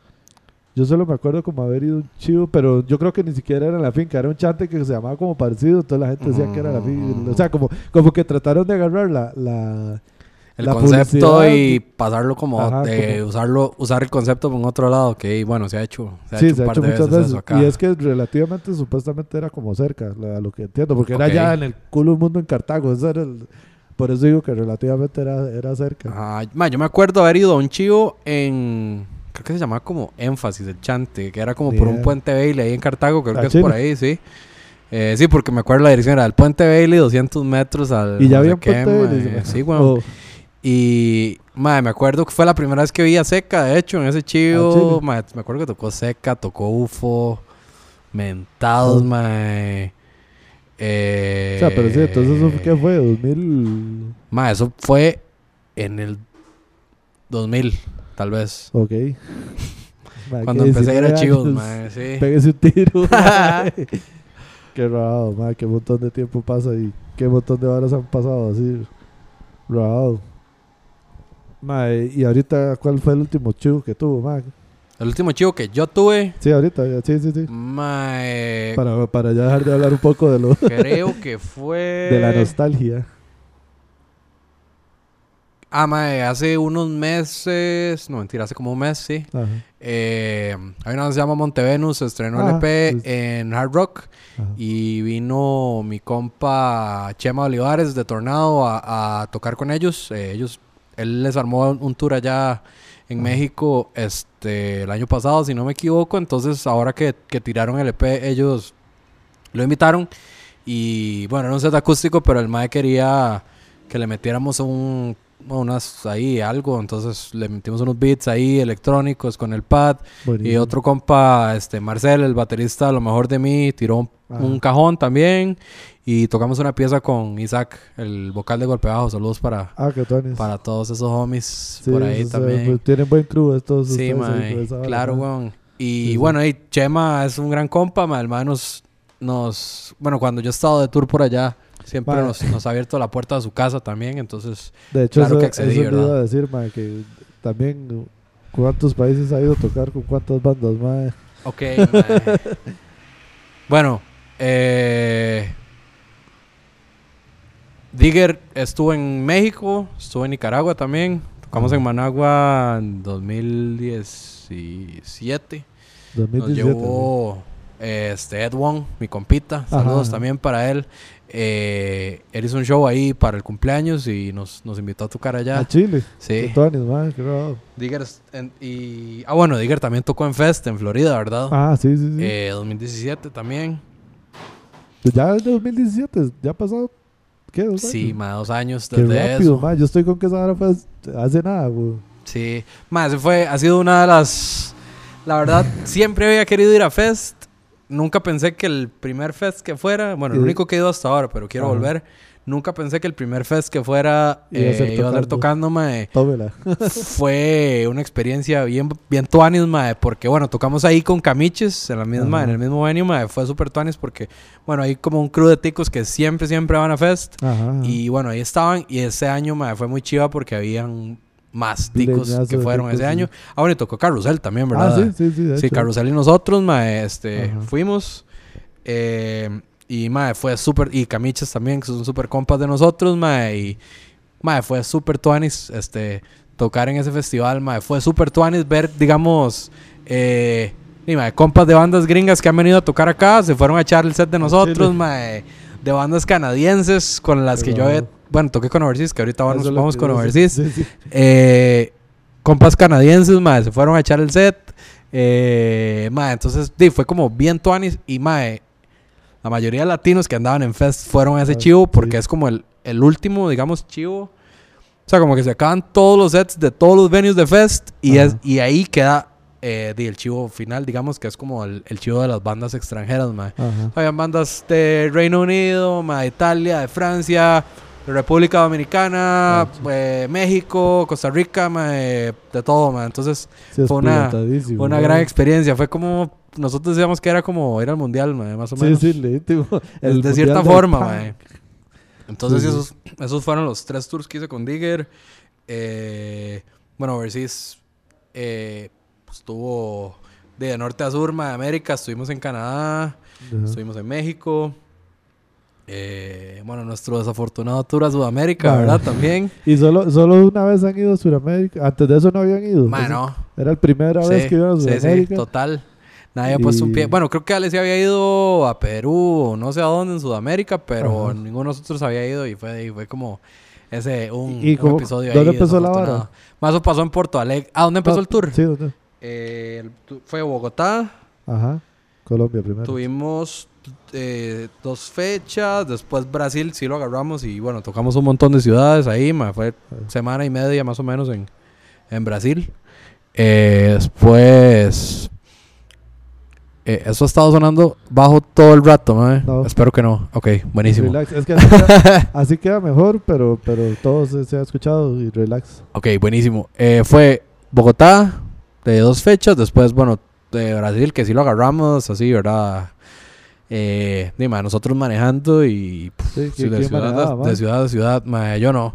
Speaker 2: Yo solo me acuerdo como haber ido un chivo, pero yo creo que ni siquiera era en la finca, era un chante que se llamaba como parecido, entonces la gente decía que era la finca. O sea, como, como que trataron de agarrar la... la
Speaker 5: El
Speaker 2: la
Speaker 5: concepto
Speaker 2: publicidad.
Speaker 5: y pasarlo como
Speaker 2: Ajá,
Speaker 5: de
Speaker 2: como-
Speaker 5: usarlo, usar el concepto en otro lado, que bueno, se ha hecho, se ha
Speaker 2: sí,
Speaker 5: hecho
Speaker 2: se
Speaker 5: un
Speaker 2: ha
Speaker 5: par
Speaker 2: hecho
Speaker 5: de
Speaker 2: muchas
Speaker 5: veces,
Speaker 2: veces.
Speaker 5: eso acá.
Speaker 2: Y es que relativamente, supuestamente era como cerca, la- a lo que entiendo, porque
Speaker 5: Ok.
Speaker 2: era ya en el culo del mundo en Cartago. Ese era el, por eso digo que relativamente era, era cerca.
Speaker 5: Ajá. Ma, yo me acuerdo haber ido a un chivo en, creo que se llamaba como Énfasis, el chante, que era como
Speaker 2: Ni
Speaker 5: por un
Speaker 2: idea.
Speaker 5: puente Bailey ahí en Cartago, creo
Speaker 2: Ah,
Speaker 5: que es
Speaker 2: chile.
Speaker 5: por ahí, sí. Eh, sí, porque me acuerdo la dirección era el Puente Bailey, doscientos metros al...
Speaker 2: Y ya
Speaker 5: no
Speaker 2: había
Speaker 5: sé
Speaker 2: un
Speaker 5: qué,
Speaker 2: Puente
Speaker 5: mae.
Speaker 2: Bailey.
Speaker 5: Sí, weón.
Speaker 2: Oh,
Speaker 5: Y, mae, me acuerdo que fue la primera vez que vi a Seca, de hecho, en ese
Speaker 2: ¿Ah,
Speaker 5: chivo.
Speaker 2: Chile?
Speaker 5: Mae, me acuerdo que tocó Seca, tocó U F O, Mentados,
Speaker 2: Oh.
Speaker 5: mae. Eh,
Speaker 2: o sea, pero sí, entonces eso fue, ¿qué fue? ¿dos mil?
Speaker 5: Mae, eso fue en el dos mil, tal vez.
Speaker 2: Ok. Ma,
Speaker 5: Cuando
Speaker 2: que
Speaker 5: empecé a ir a
Speaker 2: diecinueve
Speaker 5: chivos,
Speaker 2: años,
Speaker 5: mae, sí.
Speaker 2: Pégase un tiro. mae. Qué raro, ma, qué montón de tiempo pasa y qué montón de horas han pasado así. Raro. Ma, y ahorita, ¿cuál fue el último chivo que tuvo, ma?
Speaker 5: El último chivo que yo tuve,
Speaker 2: Sí, ahorita, ya, sí, sí, sí.
Speaker 5: mae,
Speaker 2: Para, para ya dejar de hablar un poco de lo
Speaker 5: creo que fue...
Speaker 2: de la nostalgia.
Speaker 5: Ah, mae, hace unos meses, no mentira, hace como un mes, sí.
Speaker 2: Ajá,
Speaker 5: Eh, hay una que se llama Montevenus, se estrenó
Speaker 2: Ah,
Speaker 5: L P
Speaker 2: pues.
Speaker 5: en Hard Rock
Speaker 2: ajá.
Speaker 5: y vino mi compa Chema Olivares de Tornado a, a tocar con ellos. Eh, ellos, él les armó un tour allá en
Speaker 2: Ajá.
Speaker 5: México este el año pasado, si no me equivoco. Entonces, ahora que, que tiraron el E P, ellos lo invitaron y bueno, era un set acústico, pero el mae quería que le metiéramos un unas ahí algo, entonces le metimos unos beats ahí electrónicos con el pad. Y
Speaker 2: Buenísimo.
Speaker 5: otro compa, este Marcel, el baterista, lo mejor de mí, tiró un,
Speaker 2: Ajá.
Speaker 5: un cajón también y tocamos una pieza con Isaac, el vocal de Golpe Bajo. Saludos para,
Speaker 2: Ah, qué tonis.
Speaker 5: para todos esos homies
Speaker 2: Sí,
Speaker 5: por ahí
Speaker 2: o sea,
Speaker 5: también.
Speaker 2: pues, tienen buen crew estos.
Speaker 5: Sí,
Speaker 2: ustedes ahí
Speaker 5: mae,
Speaker 2: con esa vara,
Speaker 5: claro,
Speaker 2: mae.
Speaker 5: weón. Y
Speaker 2: Sí, sí.
Speaker 5: bueno, y Chema es un gran compa, mae, el mae nos, nos, bueno, cuando yo he estado de tour por allá, siempre
Speaker 2: Mae.
Speaker 5: nos, nos ha abierto la puerta de su casa también, entonces,
Speaker 2: De hecho,
Speaker 5: claro
Speaker 2: eso,
Speaker 5: que accedí,
Speaker 2: eso le
Speaker 5: ¿verdad?
Speaker 2: iba a decir, mae, que también cuántos países ha ido a tocar con cuántas bandas, mae.
Speaker 5: ok, mae. Bueno, eh... Digger estuvo en México, estuvo en Nicaragua también. Tocamos
Speaker 2: Ajá.
Speaker 5: en Managua en dos mil diecisiete.
Speaker 2: dos mil
Speaker 5: Nos
Speaker 2: diecisiete.
Speaker 5: llevó eh, este Ed Wong, mi compita. Saludos
Speaker 2: Ajá.
Speaker 5: también para él. Eh, él hizo un show ahí para el cumpleaños y nos, nos invitó a tocar allá.
Speaker 2: A Chile.
Speaker 5: Sí.
Speaker 2: Qué tonis, mae, qué raro.
Speaker 5: Digger es- en- y ah bueno, Digger también tocó en Fest en Florida, ¿verdad?
Speaker 2: Ah, sí, sí, sí.
Speaker 5: Eh, dos mil diecisiete también.
Speaker 2: Ya es de dos mil diecisiete, ya ha pasado, ¿qué? ¿Dos
Speaker 5: Sí,
Speaker 2: años?
Speaker 5: más dos años
Speaker 2: Qué
Speaker 5: desde
Speaker 2: rápido,
Speaker 5: eso.
Speaker 2: mae. Yo estoy con que esa hora fue hace nada, güey.
Speaker 5: Sí, más fue, ha sido una de las, la verdad, siempre había querido ir a Fest. Nunca pensé que el primer Fest que fuera, bueno, el
Speaker 2: Eh,
Speaker 5: único que he ido hasta ahora, pero quiero
Speaker 2: ajá.
Speaker 5: volver. Nunca pensé que el primer Fest que fuera
Speaker 2: Iba a
Speaker 5: eh,
Speaker 2: ser
Speaker 5: iba a ser
Speaker 2: tocando.
Speaker 5: tocando, mae.
Speaker 2: Tómela.
Speaker 5: Fue una experiencia bien, bien tuanis, mae, porque bueno, tocamos ahí con Camiches en la misma,
Speaker 2: Ajá.
Speaker 5: en el mismo venue, mae. Fue súper tuanis porque, bueno, hay como un crew de ticos que siempre, siempre van a Fest.
Speaker 2: Ajá. ajá.
Speaker 5: Y bueno, ahí estaban. Y ese año, mae, fue muy chiva porque habían más ticos
Speaker 2: Leñazo
Speaker 5: que
Speaker 2: de
Speaker 5: fueron
Speaker 2: ticos,
Speaker 5: ese
Speaker 2: sí.
Speaker 5: año. Ah, bueno, y tocó Carrusel también, ¿verdad?
Speaker 2: Ah, sí, sí, sí. de
Speaker 5: Sí,
Speaker 2: hecho.
Speaker 5: Carrusel y nosotros, mae, este,
Speaker 2: Ajá.
Speaker 5: fuimos. Eh, y, mae, fue súper... Y Camiches también, que son súper compas de nosotros, mae. Y, mae, fue súper tuanis, este... tocar en ese festival, mae. Fue súper tuanis ver, digamos... Eh, y, mae, compas de bandas gringas que han venido a tocar acá. Se fueron a echar el set de nosotros,
Speaker 2: Chile.
Speaker 5: mae. De bandas canadienses con las
Speaker 2: Qué
Speaker 5: que yo he...
Speaker 2: raro.
Speaker 5: Bueno, toqué con Overseas, que ahorita vamos,
Speaker 2: Eso es lo
Speaker 5: vamos
Speaker 2: que
Speaker 5: con
Speaker 2: iba a
Speaker 5: Overseas.
Speaker 2: decir. Sí, sí.
Speaker 5: Eh, compas canadienses, mae, se fueron a echar el set. Eh, mae, entonces, di, fue como bien tuanis. Y, mae, la mayoría de latinos que andaban en Fest fueron a ese
Speaker 2: Ah,
Speaker 5: chivo porque
Speaker 2: sí.
Speaker 5: es como el, el último, digamos, chivo. O sea, como que se acaban todos los sets de todos los venues de Fest y, es,
Speaker 2: Ajá.
Speaker 5: y ahí queda eh, di, el chivo final, digamos, que es como el, el chivo de las bandas extranjeras, mae.
Speaker 2: Ajá.
Speaker 5: Habían bandas de Reino Unido, mae, de Italia, de Francia, de República Dominicana,
Speaker 2: Ah, sí.
Speaker 5: eh, México, Costa Rica, mae, de todo, mae. Entonces,
Speaker 2: Sí, es
Speaker 5: fue una-
Speaker 2: pilotadísimo,
Speaker 5: una
Speaker 2: mae.
Speaker 5: gran experiencia. Fue como, nosotros decíamos que era como ir al mundial, mae, más o
Speaker 2: Sí,
Speaker 5: menos.
Speaker 2: sí, legítimo.
Speaker 5: de,
Speaker 2: El
Speaker 5: de cierta
Speaker 2: mundial del
Speaker 5: forma,
Speaker 2: punk.
Speaker 5: mae. Entonces,
Speaker 2: Sí, sí.
Speaker 5: esos, esos fueron los tres tours que hice con Digger. Eh, bueno, Overseas eh, estuvo de norte a sur, mae, América. Estuvimos en Canadá,
Speaker 2: Ajá.
Speaker 5: estuvimos en México. Eh, bueno, nuestro desafortunado tour a Sudamérica,
Speaker 2: Mae.
Speaker 5: ¿verdad? También.
Speaker 2: Y solo, solo una vez han ido a Sudamérica. Antes de eso no habían ido.
Speaker 5: Mae,
Speaker 2: Ese-
Speaker 5: no.
Speaker 2: Era la primera vez
Speaker 5: Sí,
Speaker 2: que iban a
Speaker 5: sí, sí,
Speaker 2: Sudamérica.
Speaker 5: total. Nadie ha puesto un pie.
Speaker 2: Y-
Speaker 5: Bueno, creo que Ale sí había ido a Perú o no sé a dónde en Sudamérica, pero
Speaker 2: Ajá.
Speaker 5: ninguno de nosotros había ido y fue, y fue como ese un,
Speaker 2: ¿Y
Speaker 5: un
Speaker 2: cómo-
Speaker 5: episodio
Speaker 2: dónde
Speaker 5: ahí
Speaker 2: empezó la
Speaker 5: desafortunado.
Speaker 2: vara?
Speaker 5: Más eso pasó en Porto Alegre. ¿Ah, dónde empezó
Speaker 2: Ah,
Speaker 5: el tour?
Speaker 2: Sí, ¿dónde?
Speaker 5: Eh, el tu- fue Bogotá.
Speaker 2: Ajá. Colombia primero.
Speaker 5: Tuvimos eh, dos fechas. Después Brasil sí lo agarramos y bueno, tocamos un montón de ciudades ahí, ma, fue semana y media más o menos en, en Brasil. Eh, después... Eh, eso ha estado sonando bajo todo el rato, ma.
Speaker 2: No.
Speaker 5: Espero que no. Ok, buenísimo.
Speaker 2: Relax. Es que así queda, así queda mejor, pero, pero todo se, se ha escuchado y relax.
Speaker 5: Ok, buenísimo. Eh, fue Bogotá de dos fechas. Después, bueno, de Brasil, que sí lo agarramos así, ¿verdad? Eh, dime, nosotros manejando y pff,
Speaker 2: Sí,
Speaker 5: sí,
Speaker 2: ¿quién-
Speaker 5: de,
Speaker 2: quién
Speaker 5: ciudad,
Speaker 2: manejaba,
Speaker 5: de
Speaker 2: ma?
Speaker 5: ciudad a ciudad, ma, yo no.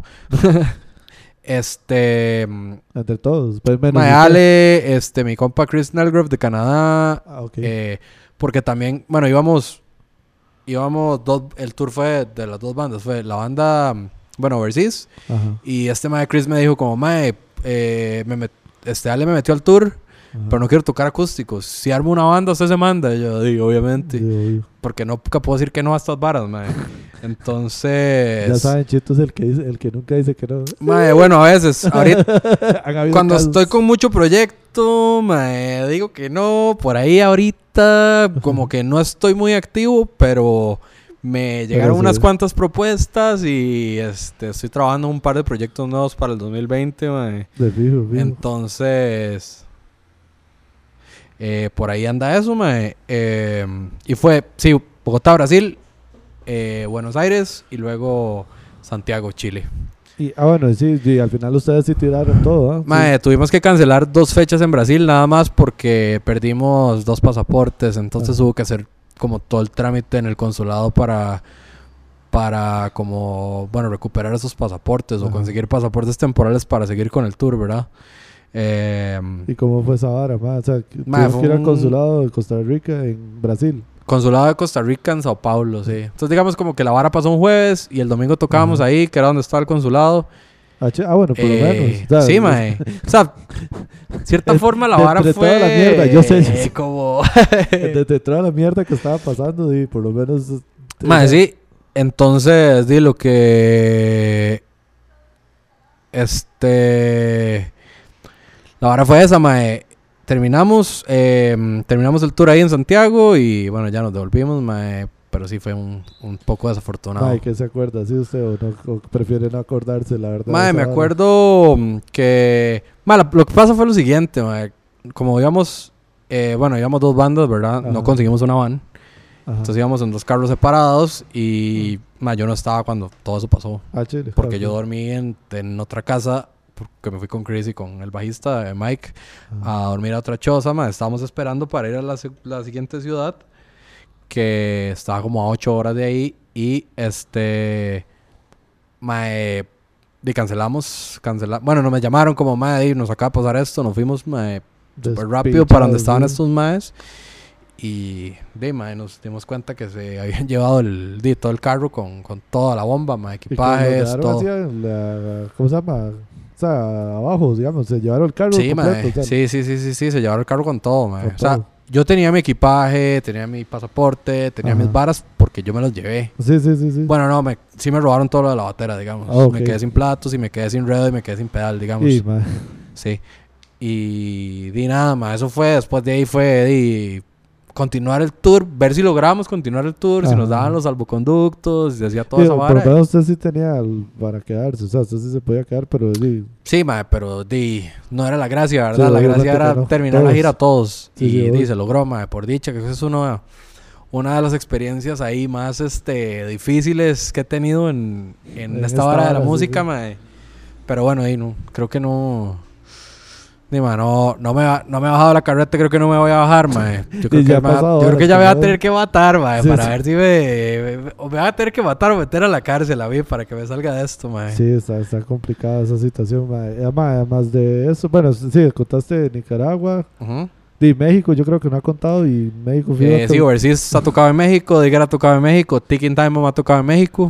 Speaker 5: este,
Speaker 2: Entre todos. Pues menos
Speaker 5: ma,
Speaker 2: usted.
Speaker 5: Ale, este, mi compa Chris Nelgrove de Canadá,
Speaker 2: Ah, ok.
Speaker 5: eh, porque también, bueno, íbamos, íbamos dos, el tour fue de las dos bandas, fue la banda, bueno, Overseas,
Speaker 2: Ajá,
Speaker 5: y este mae Chris me dijo como, mae, eh, me met- este Ale me metió al tour,
Speaker 2: ajá.
Speaker 5: pero no quiero tocar acústicos. Si armo una banda, usted se manda. Y yo digo, obviamente.
Speaker 2: Sí, obvio.
Speaker 5: Porque no puedo decir que no a estas varas, mae. Entonces...
Speaker 2: Ya saben, Chito es el que, dice, el que nunca dice que no.
Speaker 5: Mae, bueno, a veces. Ahorita,
Speaker 2: Han habido
Speaker 5: cuando
Speaker 2: casos.
Speaker 5: estoy con mucho proyecto, mae, digo que no. Por ahí ahorita, como que no estoy muy activo, pero... Me llegaron
Speaker 2: sí.
Speaker 5: unas cuantas propuestas y este estoy trabajando en un par de proyectos nuevos para el dos mil veinte, mae.
Speaker 2: De fijo, fijo.
Speaker 5: Entonces, eh, por ahí anda eso, mae. Eh, y fue, sí, Bogotá, Brasil, eh, Buenos Aires y luego Santiago, Chile.
Speaker 2: Y, ah, bueno, sí, sí, al final ustedes sí tiraron todo, ¿ah?
Speaker 5: Mae, tuvimos que cancelar dos fechas en Brasil nada más porque perdimos dos pasaportes. Entonces
Speaker 2: Ajá.
Speaker 5: hubo que hacer como todo el trámite en el consulado para... para como, bueno, recuperar esos pasaportes o
Speaker 2: Ajá.
Speaker 5: conseguir pasaportes temporales para seguir con el tour, ¿verdad? Eh,
Speaker 2: Sí. ¿Y cómo fue esa vara, ma? O sea, que
Speaker 5: Ma,
Speaker 2: tuvieron
Speaker 5: fue
Speaker 2: que ir al
Speaker 5: un-
Speaker 2: consulado de Costa Rica en Brasil.
Speaker 5: Consulado de Costa Rica en Sao Paulo, sí. Entonces digamos como que la vara pasó un jueves y el domingo tocábamos
Speaker 2: Ajá.
Speaker 5: ahí, que era donde estaba el consulado.
Speaker 2: Ah, che- ah, bueno, por
Speaker 5: Eh,
Speaker 2: lo menos. o sea,
Speaker 5: sí, mae. O sea, de cierta
Speaker 2: de-
Speaker 5: forma la
Speaker 2: de
Speaker 5: vara
Speaker 2: entre
Speaker 5: fue...
Speaker 2: toda la mierda, yo sé, yo sé.
Speaker 5: Como...
Speaker 2: Desde toda la mierda que estaba pasando, y por lo menos... eh,
Speaker 5: Mae, sí. Entonces, di lo que... Este... La vara fue esa, mae. Terminamos, eh, terminamos el tour ahí en Santiago y bueno, ya nos devolvimos, mae. Pero sí fue un, un poco desafortunado.
Speaker 2: Mae, ¿qué se acuerda? ¿Sí usted o no? ¿O prefiere no acordarse, la verdad?
Speaker 5: Mae,
Speaker 2: de
Speaker 5: me
Speaker 2: esa vara?
Speaker 5: acuerdo mm, que... Mae, la- lo que pasa fue lo siguiente, mae. Como íbamos... Eh, bueno, íbamos dos bandas, ¿verdad? No
Speaker 2: Ajá.
Speaker 5: conseguimos una van.
Speaker 2: Ajá.
Speaker 5: Entonces íbamos en dos carros separados y... Mae, yo no estaba cuando todo eso pasó.
Speaker 2: Ah, chile.
Speaker 5: Porque
Speaker 2: Ah,
Speaker 5: yo
Speaker 2: sí.
Speaker 5: dormí en, en otra casa... Porque me fui con Chris y con el bajista, eh, Mike,
Speaker 2: Ajá.
Speaker 5: a dormir a otra choza, mae. Estábamos esperando para ir a la, se- la siguiente ciudad. Que estaba como a ocho horas de ahí. Y este... Mae... Y cancelamos, cancela bueno, nos me llamaron como, mae, di, nos acaba de pasar esto, nos fuimos, mae, súper rápido para donde estaban
Speaker 2: Despichados,
Speaker 5: estos maes. Y, de, mae, nos dimos cuenta que se habían llevado el, di, todo el carro con, con toda la bomba, mae,
Speaker 2: sí. Y que lo
Speaker 5: equipajes,
Speaker 2: dejaron
Speaker 5: todo.
Speaker 2: así en la- ¿Cómo se llama? O sea, abajo, digamos, se llevaron el carro
Speaker 5: Sí,
Speaker 2: completo.
Speaker 5: mae,
Speaker 2: o sea,
Speaker 5: sí, sí, sí, sí, sí, se llevaron el carro con todo, mae.
Speaker 2: con
Speaker 5: O sea,
Speaker 2: todo.
Speaker 5: yo tenía mi equipaje, tenía mi pasaporte, tenía
Speaker 2: Ajá.
Speaker 5: mis varas porque yo me los llevé.
Speaker 2: Sí, sí, sí, sí.
Speaker 5: Bueno, no, me, sí me robaron todo lo de la batera, digamos.
Speaker 2: Ah, ok.
Speaker 5: Me quedé sin platos y me quedé sin ruedo y me quedé sin pedal, digamos.
Speaker 2: Sí, mae.
Speaker 5: Sí. Y di nada más. Eso fue, después de ahí fue di, continuar el tour, ver si logramos continuar el tour, si nos
Speaker 2: Ajá.
Speaker 5: daban los salvoconductos, si hacía toda
Speaker 2: Sí,
Speaker 5: esa
Speaker 2: por lo
Speaker 5: vara.
Speaker 2: menos usted sí tenía el- para quedarse, o sea, usted sí se podía quedar, pero sí,
Speaker 5: Sí, mae, pero di, no era la gracia, ¿verdad?
Speaker 2: Sí,
Speaker 5: la
Speaker 2: obviamente
Speaker 5: gracia era
Speaker 2: que no.
Speaker 5: terminar la
Speaker 2: Todos.
Speaker 5: gira todos.
Speaker 2: Sí,
Speaker 5: y
Speaker 2: sí,
Speaker 5: di,
Speaker 2: obvio.
Speaker 5: se logró, mae, por dicha, que esa es una, una de las experiencias ahí más este difíciles que he tenido en, en,
Speaker 2: En
Speaker 5: esta
Speaker 2: esta
Speaker 5: vara de la
Speaker 2: vara, sí,
Speaker 5: música,
Speaker 2: sí.
Speaker 5: mae. Pero bueno, ahí no, creo que no... Ni, ma, no, no, me, va- no me he bajado la carreta, creo que no me voy a bajar, mae. Yo creo
Speaker 2: Y
Speaker 5: que,
Speaker 2: ya ha
Speaker 5: me va-
Speaker 2: pasado
Speaker 5: yo creo
Speaker 2: ahora,
Speaker 5: que ya me voy a
Speaker 2: ¿no?
Speaker 5: tener que matar, mae,
Speaker 2: Sí,
Speaker 5: para
Speaker 2: sí.
Speaker 5: ver si me... O me va a tener que matar o meter a la cárcel a mí para que me salga de esto, mae.
Speaker 2: sí, está, está complicada esa situación, mae. Y además, además de eso, bueno, sí, contaste de Nicaragua,
Speaker 5: Ujú.
Speaker 2: de México, yo creo que no ha contado, y México fue
Speaker 5: Eh,
Speaker 2: otro-
Speaker 5: sí, Overseas ha tocado en México, Digger ha tocado en México, Ticking Time Bomb ha tocado en México.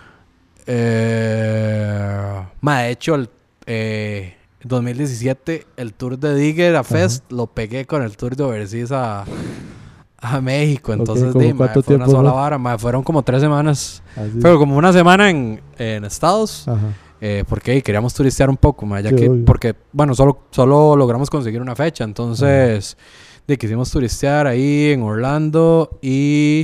Speaker 5: Eh, ma, de hecho, el eh, dos mil diecisiete, el tour de Digger a Fest lo pegué con el tour de Overseas a, a México.
Speaker 2: Ok,
Speaker 5: Entonces,
Speaker 2: ¿cómo
Speaker 5: di, ma,
Speaker 2: cuánto
Speaker 5: fue una
Speaker 2: tiempo
Speaker 5: sola
Speaker 2: fue?
Speaker 5: vara. Ma, fueron como tres semanas.
Speaker 2: así.
Speaker 5: Fue como una semana en, en Estados.
Speaker 2: Ajá.
Speaker 5: Eh, porque hey, queríamos turistear un poco, ma, ya
Speaker 2: Sí,
Speaker 5: que,
Speaker 2: obvio.
Speaker 5: porque, bueno, solo, solo logramos conseguir una fecha, entonces, de, quisimos turistear ahí en Orlando y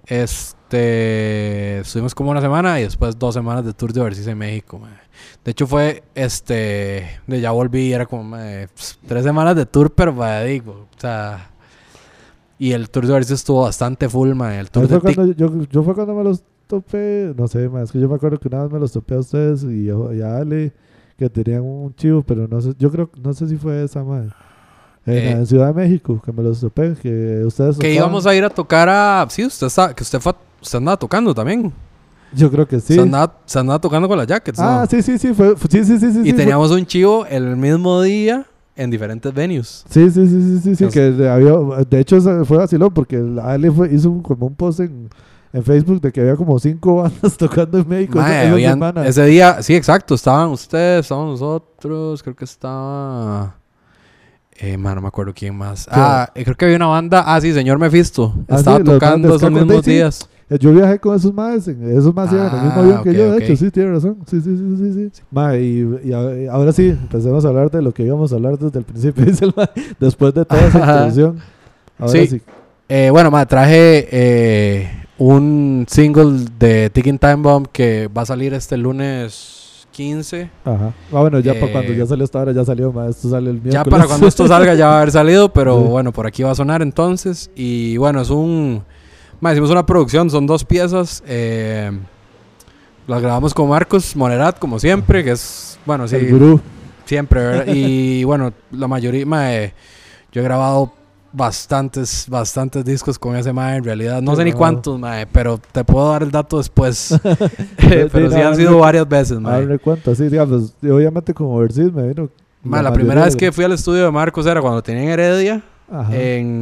Speaker 5: Este, estuvimos como una semana y después dos semanas de tour de Overseas en México, mae. De hecho fue, este, de ya volví y era como, mae, pues, tres semanas de tour, pero mae, digo, o sea, y el tour de Overseas estuvo bastante full, mae. El tour
Speaker 2: Ahí
Speaker 5: de
Speaker 2: fue
Speaker 5: Tic-
Speaker 2: cuando yo, yo fue cuando me los topé, no sé, más es que yo me acuerdo que una vez me los topé a ustedes y a, y a Ale, que tenían un chivo, pero no sé, yo creo, no sé si fue esa, madre. En,
Speaker 5: Eh,
Speaker 2: en Ciudad de México, que me los topé, que ustedes
Speaker 5: que íbamos a ir a tocar a, sí, usted está, que usted fue, usted andaba tocando también.
Speaker 2: Yo creo que sí.
Speaker 5: Se andaba, se andaba tocando con las Jackets, ¿no?
Speaker 2: Ah, sí, sí, sí, fue, fue- sí, sí, sí, sí.
Speaker 5: Y
Speaker 2: sí, fue-
Speaker 5: teníamos un chivo el mismo día en diferentes venues.
Speaker 2: Sí, sí, sí, sí, sí, sí,
Speaker 5: Nos-
Speaker 2: que de, había, de hecho esa- fue vacilón porque el Ale fue, hizo un, como un post en, en Facebook de que había como cinco bandas tocando en México esa,
Speaker 5: Mae,
Speaker 2: esa
Speaker 5: habían-
Speaker 2: semana.
Speaker 5: ese día, sí, exacto, estaban ustedes, estábamos nosotros, creo que estaba... Eh, man, no me acuerdo quién más. Ah, eh, creo que había una banda, ah, sí, Señor Mephisto.
Speaker 2: Ah,
Speaker 5: Estaba
Speaker 2: sí, los
Speaker 5: tocando
Speaker 2: bandas
Speaker 5: esos
Speaker 2: Ska Con
Speaker 5: mismos
Speaker 2: Daisy.
Speaker 5: días.
Speaker 2: Eh, Yo viajé con esos más, esos más iban en el mismo
Speaker 5: Ah,
Speaker 2: avión que
Speaker 5: ok,
Speaker 2: yo, de
Speaker 5: ok.
Speaker 2: hecho, sí, tiene razón. Sí, sí, sí, sí, sí. sí. Ma, y, y a- y ahora sí, empecemos a hablar de lo que íbamos a hablar desde el principio, dice el ma, después de toda esa introducción. Ahora
Speaker 5: Sí.
Speaker 2: sí.
Speaker 5: Eh, bueno, ma, traje eh, un single de Ticking Time Bomb que va a salir este lunes quince.
Speaker 2: Ajá. Ah, bueno, ya para
Speaker 5: Eh,
Speaker 2: cuando ya salió esta hora, ya salió, ma, esto sale el miércoles.
Speaker 5: Ya para cuando esto salga ya va a haber salido, pero
Speaker 2: Sí.
Speaker 5: bueno, por aquí va a sonar entonces. Y bueno, es un... ma, hicimos una producción, son dos piezas. Eh, las grabamos con Marcos Monerat, como siempre, que es... Bueno, sí,
Speaker 2: El gurú.
Speaker 5: siempre, ¿verdad? Y bueno, la mayoría... ma, eh, yo he grabado bastantes, bastantes discos con ese mae en realidad. No
Speaker 2: Qué
Speaker 5: sé ni
Speaker 2: raro.
Speaker 5: cuántos, mae, pero te puedo dar el dato después.
Speaker 2: Sí,
Speaker 5: Pero sí
Speaker 2: no,
Speaker 5: han
Speaker 2: no,
Speaker 5: sido
Speaker 2: no.
Speaker 5: varias veces,
Speaker 2: A
Speaker 5: mae.
Speaker 2: ver, cuento, así, digamos, y obviamente con Overseas me vino.
Speaker 5: Ma, la
Speaker 2: mayoría
Speaker 5: primera vez
Speaker 2: de-
Speaker 5: que fui al estudio de Marcos era cuando tenía en Heredia,
Speaker 2: Ajá.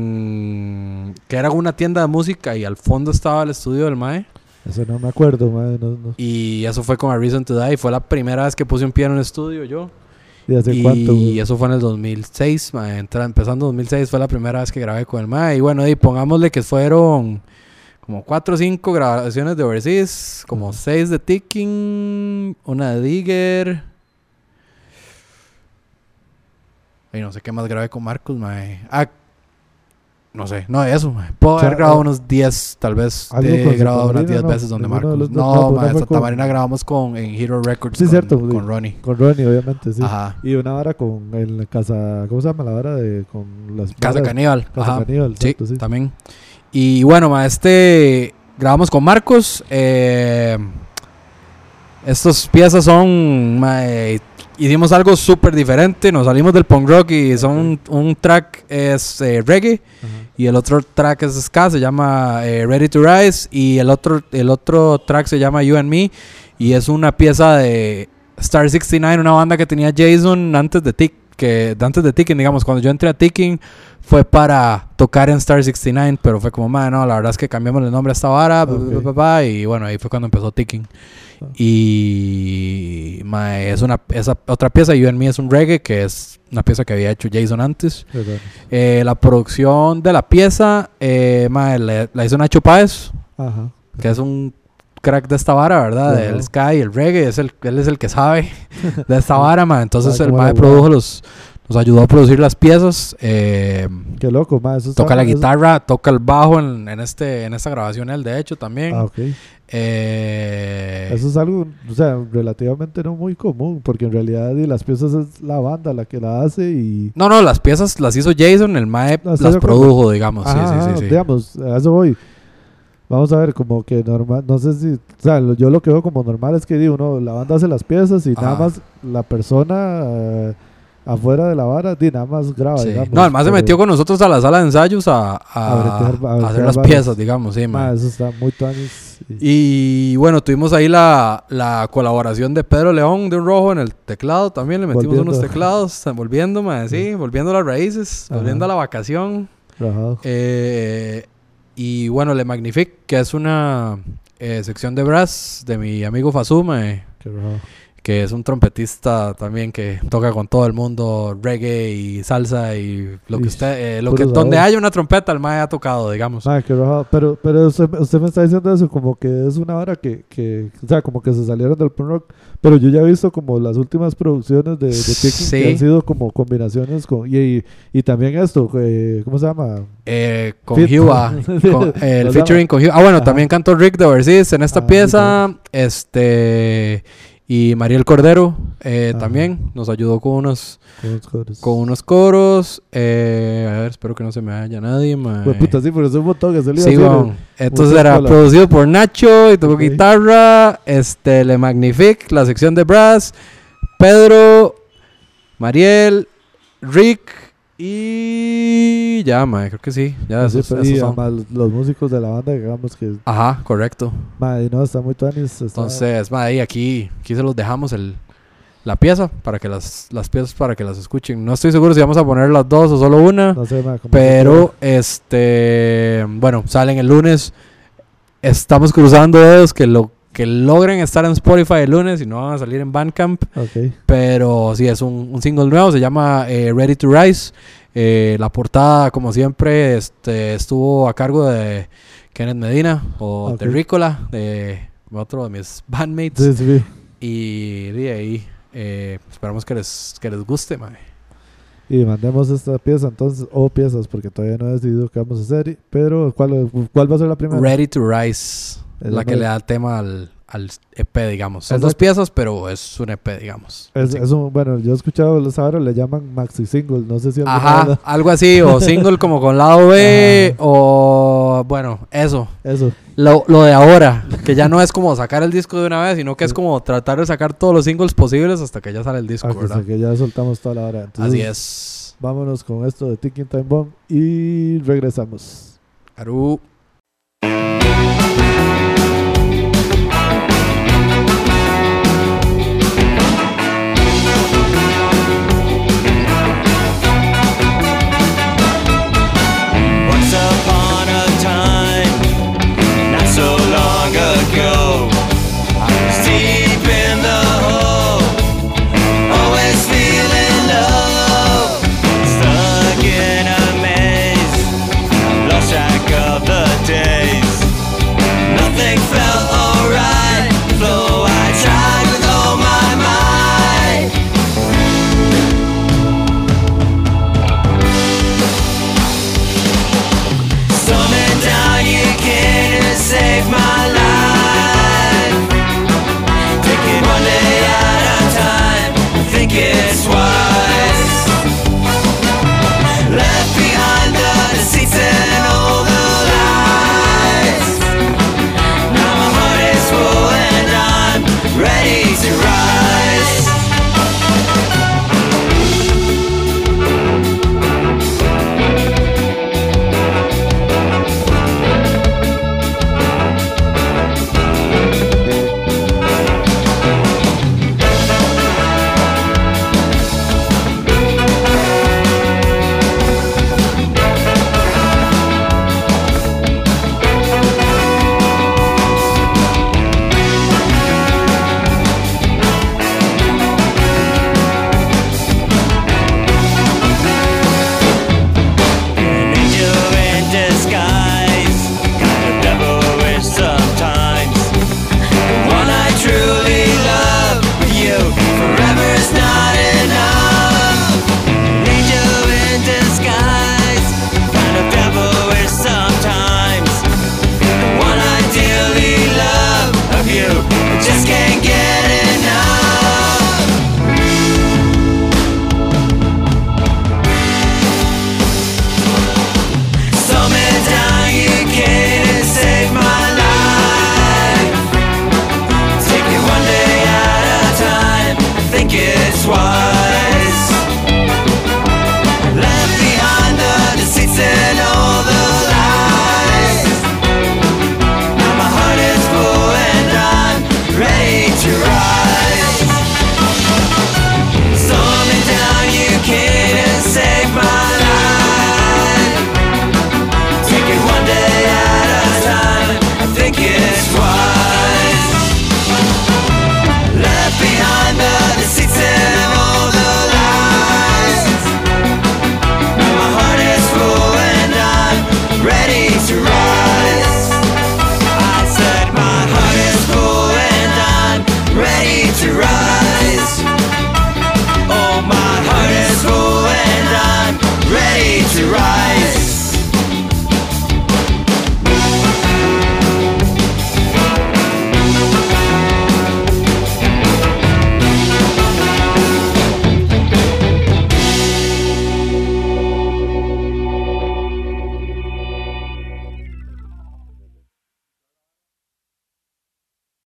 Speaker 5: en que era una tienda de música y al fondo estaba el estudio del mae.
Speaker 2: Eso no me acuerdo, ma, no, no.
Speaker 5: Y eso fue con A Reason to Die. Fue la primera vez que puse un pie en un estudio yo.
Speaker 2: ¿Y hace
Speaker 5: Y
Speaker 2: cuánto? güey?
Speaker 5: eso fue en el dos mil seis, mae. Entra- empezando dos mil seis fue la primera vez que grabé con el mae. Y bueno, y pongámosle que fueron como cuatro o cinco grabaciones de Overseas, como seis de Ticking, una de Digger. Y no sé qué más grabé con Marcos, mae. Ah, no sé, no eso, mae. Puedo
Speaker 2: O sea,
Speaker 5: haber grabado
Speaker 2: eh,
Speaker 5: unos diez, tal vez.
Speaker 2: algo
Speaker 5: He
Speaker 2: con
Speaker 5: grabado
Speaker 2: Santa
Speaker 5: unas diez
Speaker 2: Marina,
Speaker 5: veces
Speaker 2: ¿no?
Speaker 5: donde
Speaker 2: Ninguno de
Speaker 5: Marcos.
Speaker 2: los dos,
Speaker 5: No,
Speaker 2: no, pues no
Speaker 5: mae,
Speaker 2: fue
Speaker 5: Santa
Speaker 2: con-
Speaker 5: Marina grabamos con, en Hero Records
Speaker 2: Sí,
Speaker 5: con,
Speaker 2: cierto,
Speaker 5: con
Speaker 2: sí.
Speaker 5: Ronnie.
Speaker 2: Con Ronnie, obviamente, sí.
Speaker 5: Ajá.
Speaker 2: Y una vara con en la casa, ¿cómo se llama la vara de con las
Speaker 5: Casa
Speaker 2: varas?
Speaker 5: Caníbal.
Speaker 2: Casa
Speaker 5: Ajá.
Speaker 2: Caníbal,
Speaker 5: Sí,
Speaker 2: exacto, sí.
Speaker 5: también. Y bueno, ma, este grabamos con Marcos. Eh, estas piezas son, ma, eh, hicimos algo súper diferente. Nos salimos del punk rock y son un, un track es eh, reggae
Speaker 2: Ajá.
Speaker 5: y el otro track es ska, se llama eh, Ready to Rise, y el otro el otro track se llama You and Me y es una pieza de Star sesenta y nueve, una banda que tenía Jason antes de Tick, que antes de Ticking, digamos, cuando yo entré a Ticking fue para tocar en Star sesenta y nueve, pero fue como, man, no, la verdad es que cambiamos el nombre a esta vara,
Speaker 2: Ok.
Speaker 5: pa, pa, pa, pa, y bueno, ahí fue cuando empezó Ticking.
Speaker 2: Ah.
Speaker 5: Y ma, es una esa otra pieza, You and Me, es un reggae, que es una pieza que había hecho Jason antes.
Speaker 2: Perdón.
Speaker 5: Eh, la producción de la pieza, eh, ma, la, la hizo Nacho Páez,
Speaker 2: Ajá.
Speaker 5: que es un crack de esta vara, ¿verdad?
Speaker 2: Ajá.
Speaker 5: Del ska y el reggae, es el, él es el que sabe de esta vara, ma. Entonces
Speaker 2: Sabe
Speaker 5: el
Speaker 2: cómo
Speaker 5: ma
Speaker 2: la
Speaker 5: produjo los, nos ayudó a producir las piezas, eh,
Speaker 2: Qué loco, ma, eso está-
Speaker 5: toca la
Speaker 2: eso-
Speaker 5: guitarra, toca el bajo en, en este en esta grabación él, de hecho, también.
Speaker 2: Ah, ok.
Speaker 5: Eh,
Speaker 2: Eso es algo, o sea, relativamente no muy común, porque en realidad y las piezas es la banda la que la hace y...
Speaker 5: no, no, las piezas las hizo Jason, el mae
Speaker 2: No, estoy
Speaker 5: las
Speaker 2: de acuerdo.
Speaker 5: produjo, digamos. Sí,
Speaker 2: Ajá,
Speaker 5: sí, sí,
Speaker 2: ajá,
Speaker 5: sí.
Speaker 2: digamos, a eso voy. Vamos a ver, como que normal, no sé si, o sea, lo- yo lo que veo como normal es que digo, uno, la banda hace las piezas y nada
Speaker 5: Ajá.
Speaker 2: más la persona eh, afuera de la vara, di, nada más graba,
Speaker 5: Sí.
Speaker 2: digamos.
Speaker 5: No, el mae se
Speaker 2: pero-
Speaker 5: metió con nosotros a la sala de ensayos a, a,
Speaker 2: A bretear- a
Speaker 5: a
Speaker 2: bretear
Speaker 5: hacer las
Speaker 2: varas.
Speaker 5: piezas, digamos, sí, mae.
Speaker 2: Ma, eso está muy tuanis. Y-
Speaker 5: Y bueno, tuvimos ahí la, la colaboración de Pedro León de Un Rojo en el teclado. También le metimos
Speaker 2: Volviendo.
Speaker 5: unos teclados, volviendo, mae, sí, volviendo a las raíces,
Speaker 2: Ajá.
Speaker 5: volviendo a la vacación.
Speaker 2: Rajado.
Speaker 5: Eh, y bueno, Le Magnifique, que es una eh, sección de brass de mi amigo Fazuma, eh,
Speaker 2: Qué rajado.
Speaker 5: que es un trompetista también que toca con todo el mundo reggae y salsa y lo que
Speaker 2: Ish,
Speaker 5: usted, eh, lo
Speaker 2: puro
Speaker 5: que donde
Speaker 2: sabor.
Speaker 5: haya una trompeta el mae ha tocado, digamos.
Speaker 2: Mae, qué rajado. Pero, pero usted, usted me está diciendo eso como que es una hora que, que, o sea, como que se salieron del punk rock. Pero yo ya he visto como las últimas producciones de, de Picking
Speaker 5: Sí.
Speaker 2: que han sido como combinaciones con, y, y, y también esto, eh, ¿cómo se llama?
Speaker 5: Eh, con
Speaker 2: Fit.
Speaker 5: Hua, con, eh, el
Speaker 2: Los
Speaker 5: featuring
Speaker 2: llama.
Speaker 5: con Hua. Ah, bueno,
Speaker 2: Ajá.
Speaker 5: también cantó Rick de Overseas en esta
Speaker 2: Ah,
Speaker 5: pieza. Este y Mariel Cordero eh,
Speaker 2: Ajá.
Speaker 5: también nos ayudó con unos
Speaker 2: Con los coros.
Speaker 5: con unos coros. Eh, a ver, espero que no se me vaya nadie. mae.
Speaker 2: Pues puta, sí, pero es un montón que se le iba a
Speaker 5: Sí,
Speaker 2: decir,
Speaker 5: bon.
Speaker 2: eh.
Speaker 5: Entonces
Speaker 2: muchas
Speaker 5: era
Speaker 2: colas.
Speaker 5: producido por Nacho y tocó
Speaker 2: Ok.
Speaker 5: guitarra, este, Le Magnifique, la sección de brass, Pedro, Mariel, Rick y ya, mae, creo que sí. Ya,
Speaker 2: Sí,
Speaker 5: esos,
Speaker 2: pero-
Speaker 5: esos
Speaker 2: y
Speaker 5: son.
Speaker 2: además los, los músicos de la banda, digamos que,
Speaker 5: Ajá, correcto.
Speaker 2: madre, no, está muy tuanis. Está,
Speaker 5: Entonces, mae, ahí aquí, aquí se los dejamos el, la pieza para que las, las piezas para que las escuchen. No estoy seguro si vamos a poner las dos o solo una.
Speaker 2: no sé, madre, como
Speaker 5: Pero, este, bueno, salen el lunes. Estamos cruzando dedos que lo que logren estar en Spotify el lunes y no van a salir en Bandcamp.
Speaker 2: Ok,
Speaker 5: Pero sí, es un, un single nuevo, se llama eh, Ready to Rise. Eh, la portada, como siempre, este, estuvo a cargo de Kenneth Medina o
Speaker 2: Ok.
Speaker 5: Terrícola, de otro de mis bandmates.
Speaker 2: sí, sí.
Speaker 5: Y de ahí, eh, esperamos que les, que les guste, mae.
Speaker 2: Y mandemos esta pieza entonces, o piezas, porque todavía no he decidido qué vamos a hacer. y- Pero, ¿cuál, cuál va a ser la primera?
Speaker 5: Ready to Rise,
Speaker 2: Es
Speaker 5: la
Speaker 2: la
Speaker 5: que
Speaker 2: más-
Speaker 5: le da tema al, al E P, digamos. Son
Speaker 2: Exacto.
Speaker 5: dos piezas, pero es un E P, digamos.
Speaker 2: Es,
Speaker 5: Sí.
Speaker 2: es un, bueno, yo he escuchado los ahora le llaman maxi single, no sé si alguna
Speaker 5: Ajá,
Speaker 2: banda-
Speaker 5: algo así, o single como con lado B, o bueno, eso.
Speaker 2: eso.
Speaker 5: Lo, lo de ahora, que ya no es como sacar el disco de una vez, sino que es como tratar de sacar todos los singles posibles hasta que ya sale el disco,
Speaker 2: Ah, que,
Speaker 5: ¿verdad?
Speaker 2: sé que ya soltamos toda la hora. Entonces,
Speaker 5: Así es.
Speaker 2: Vámonos con esto de Ticking Time Bomb y regresamos.
Speaker 5: Aru.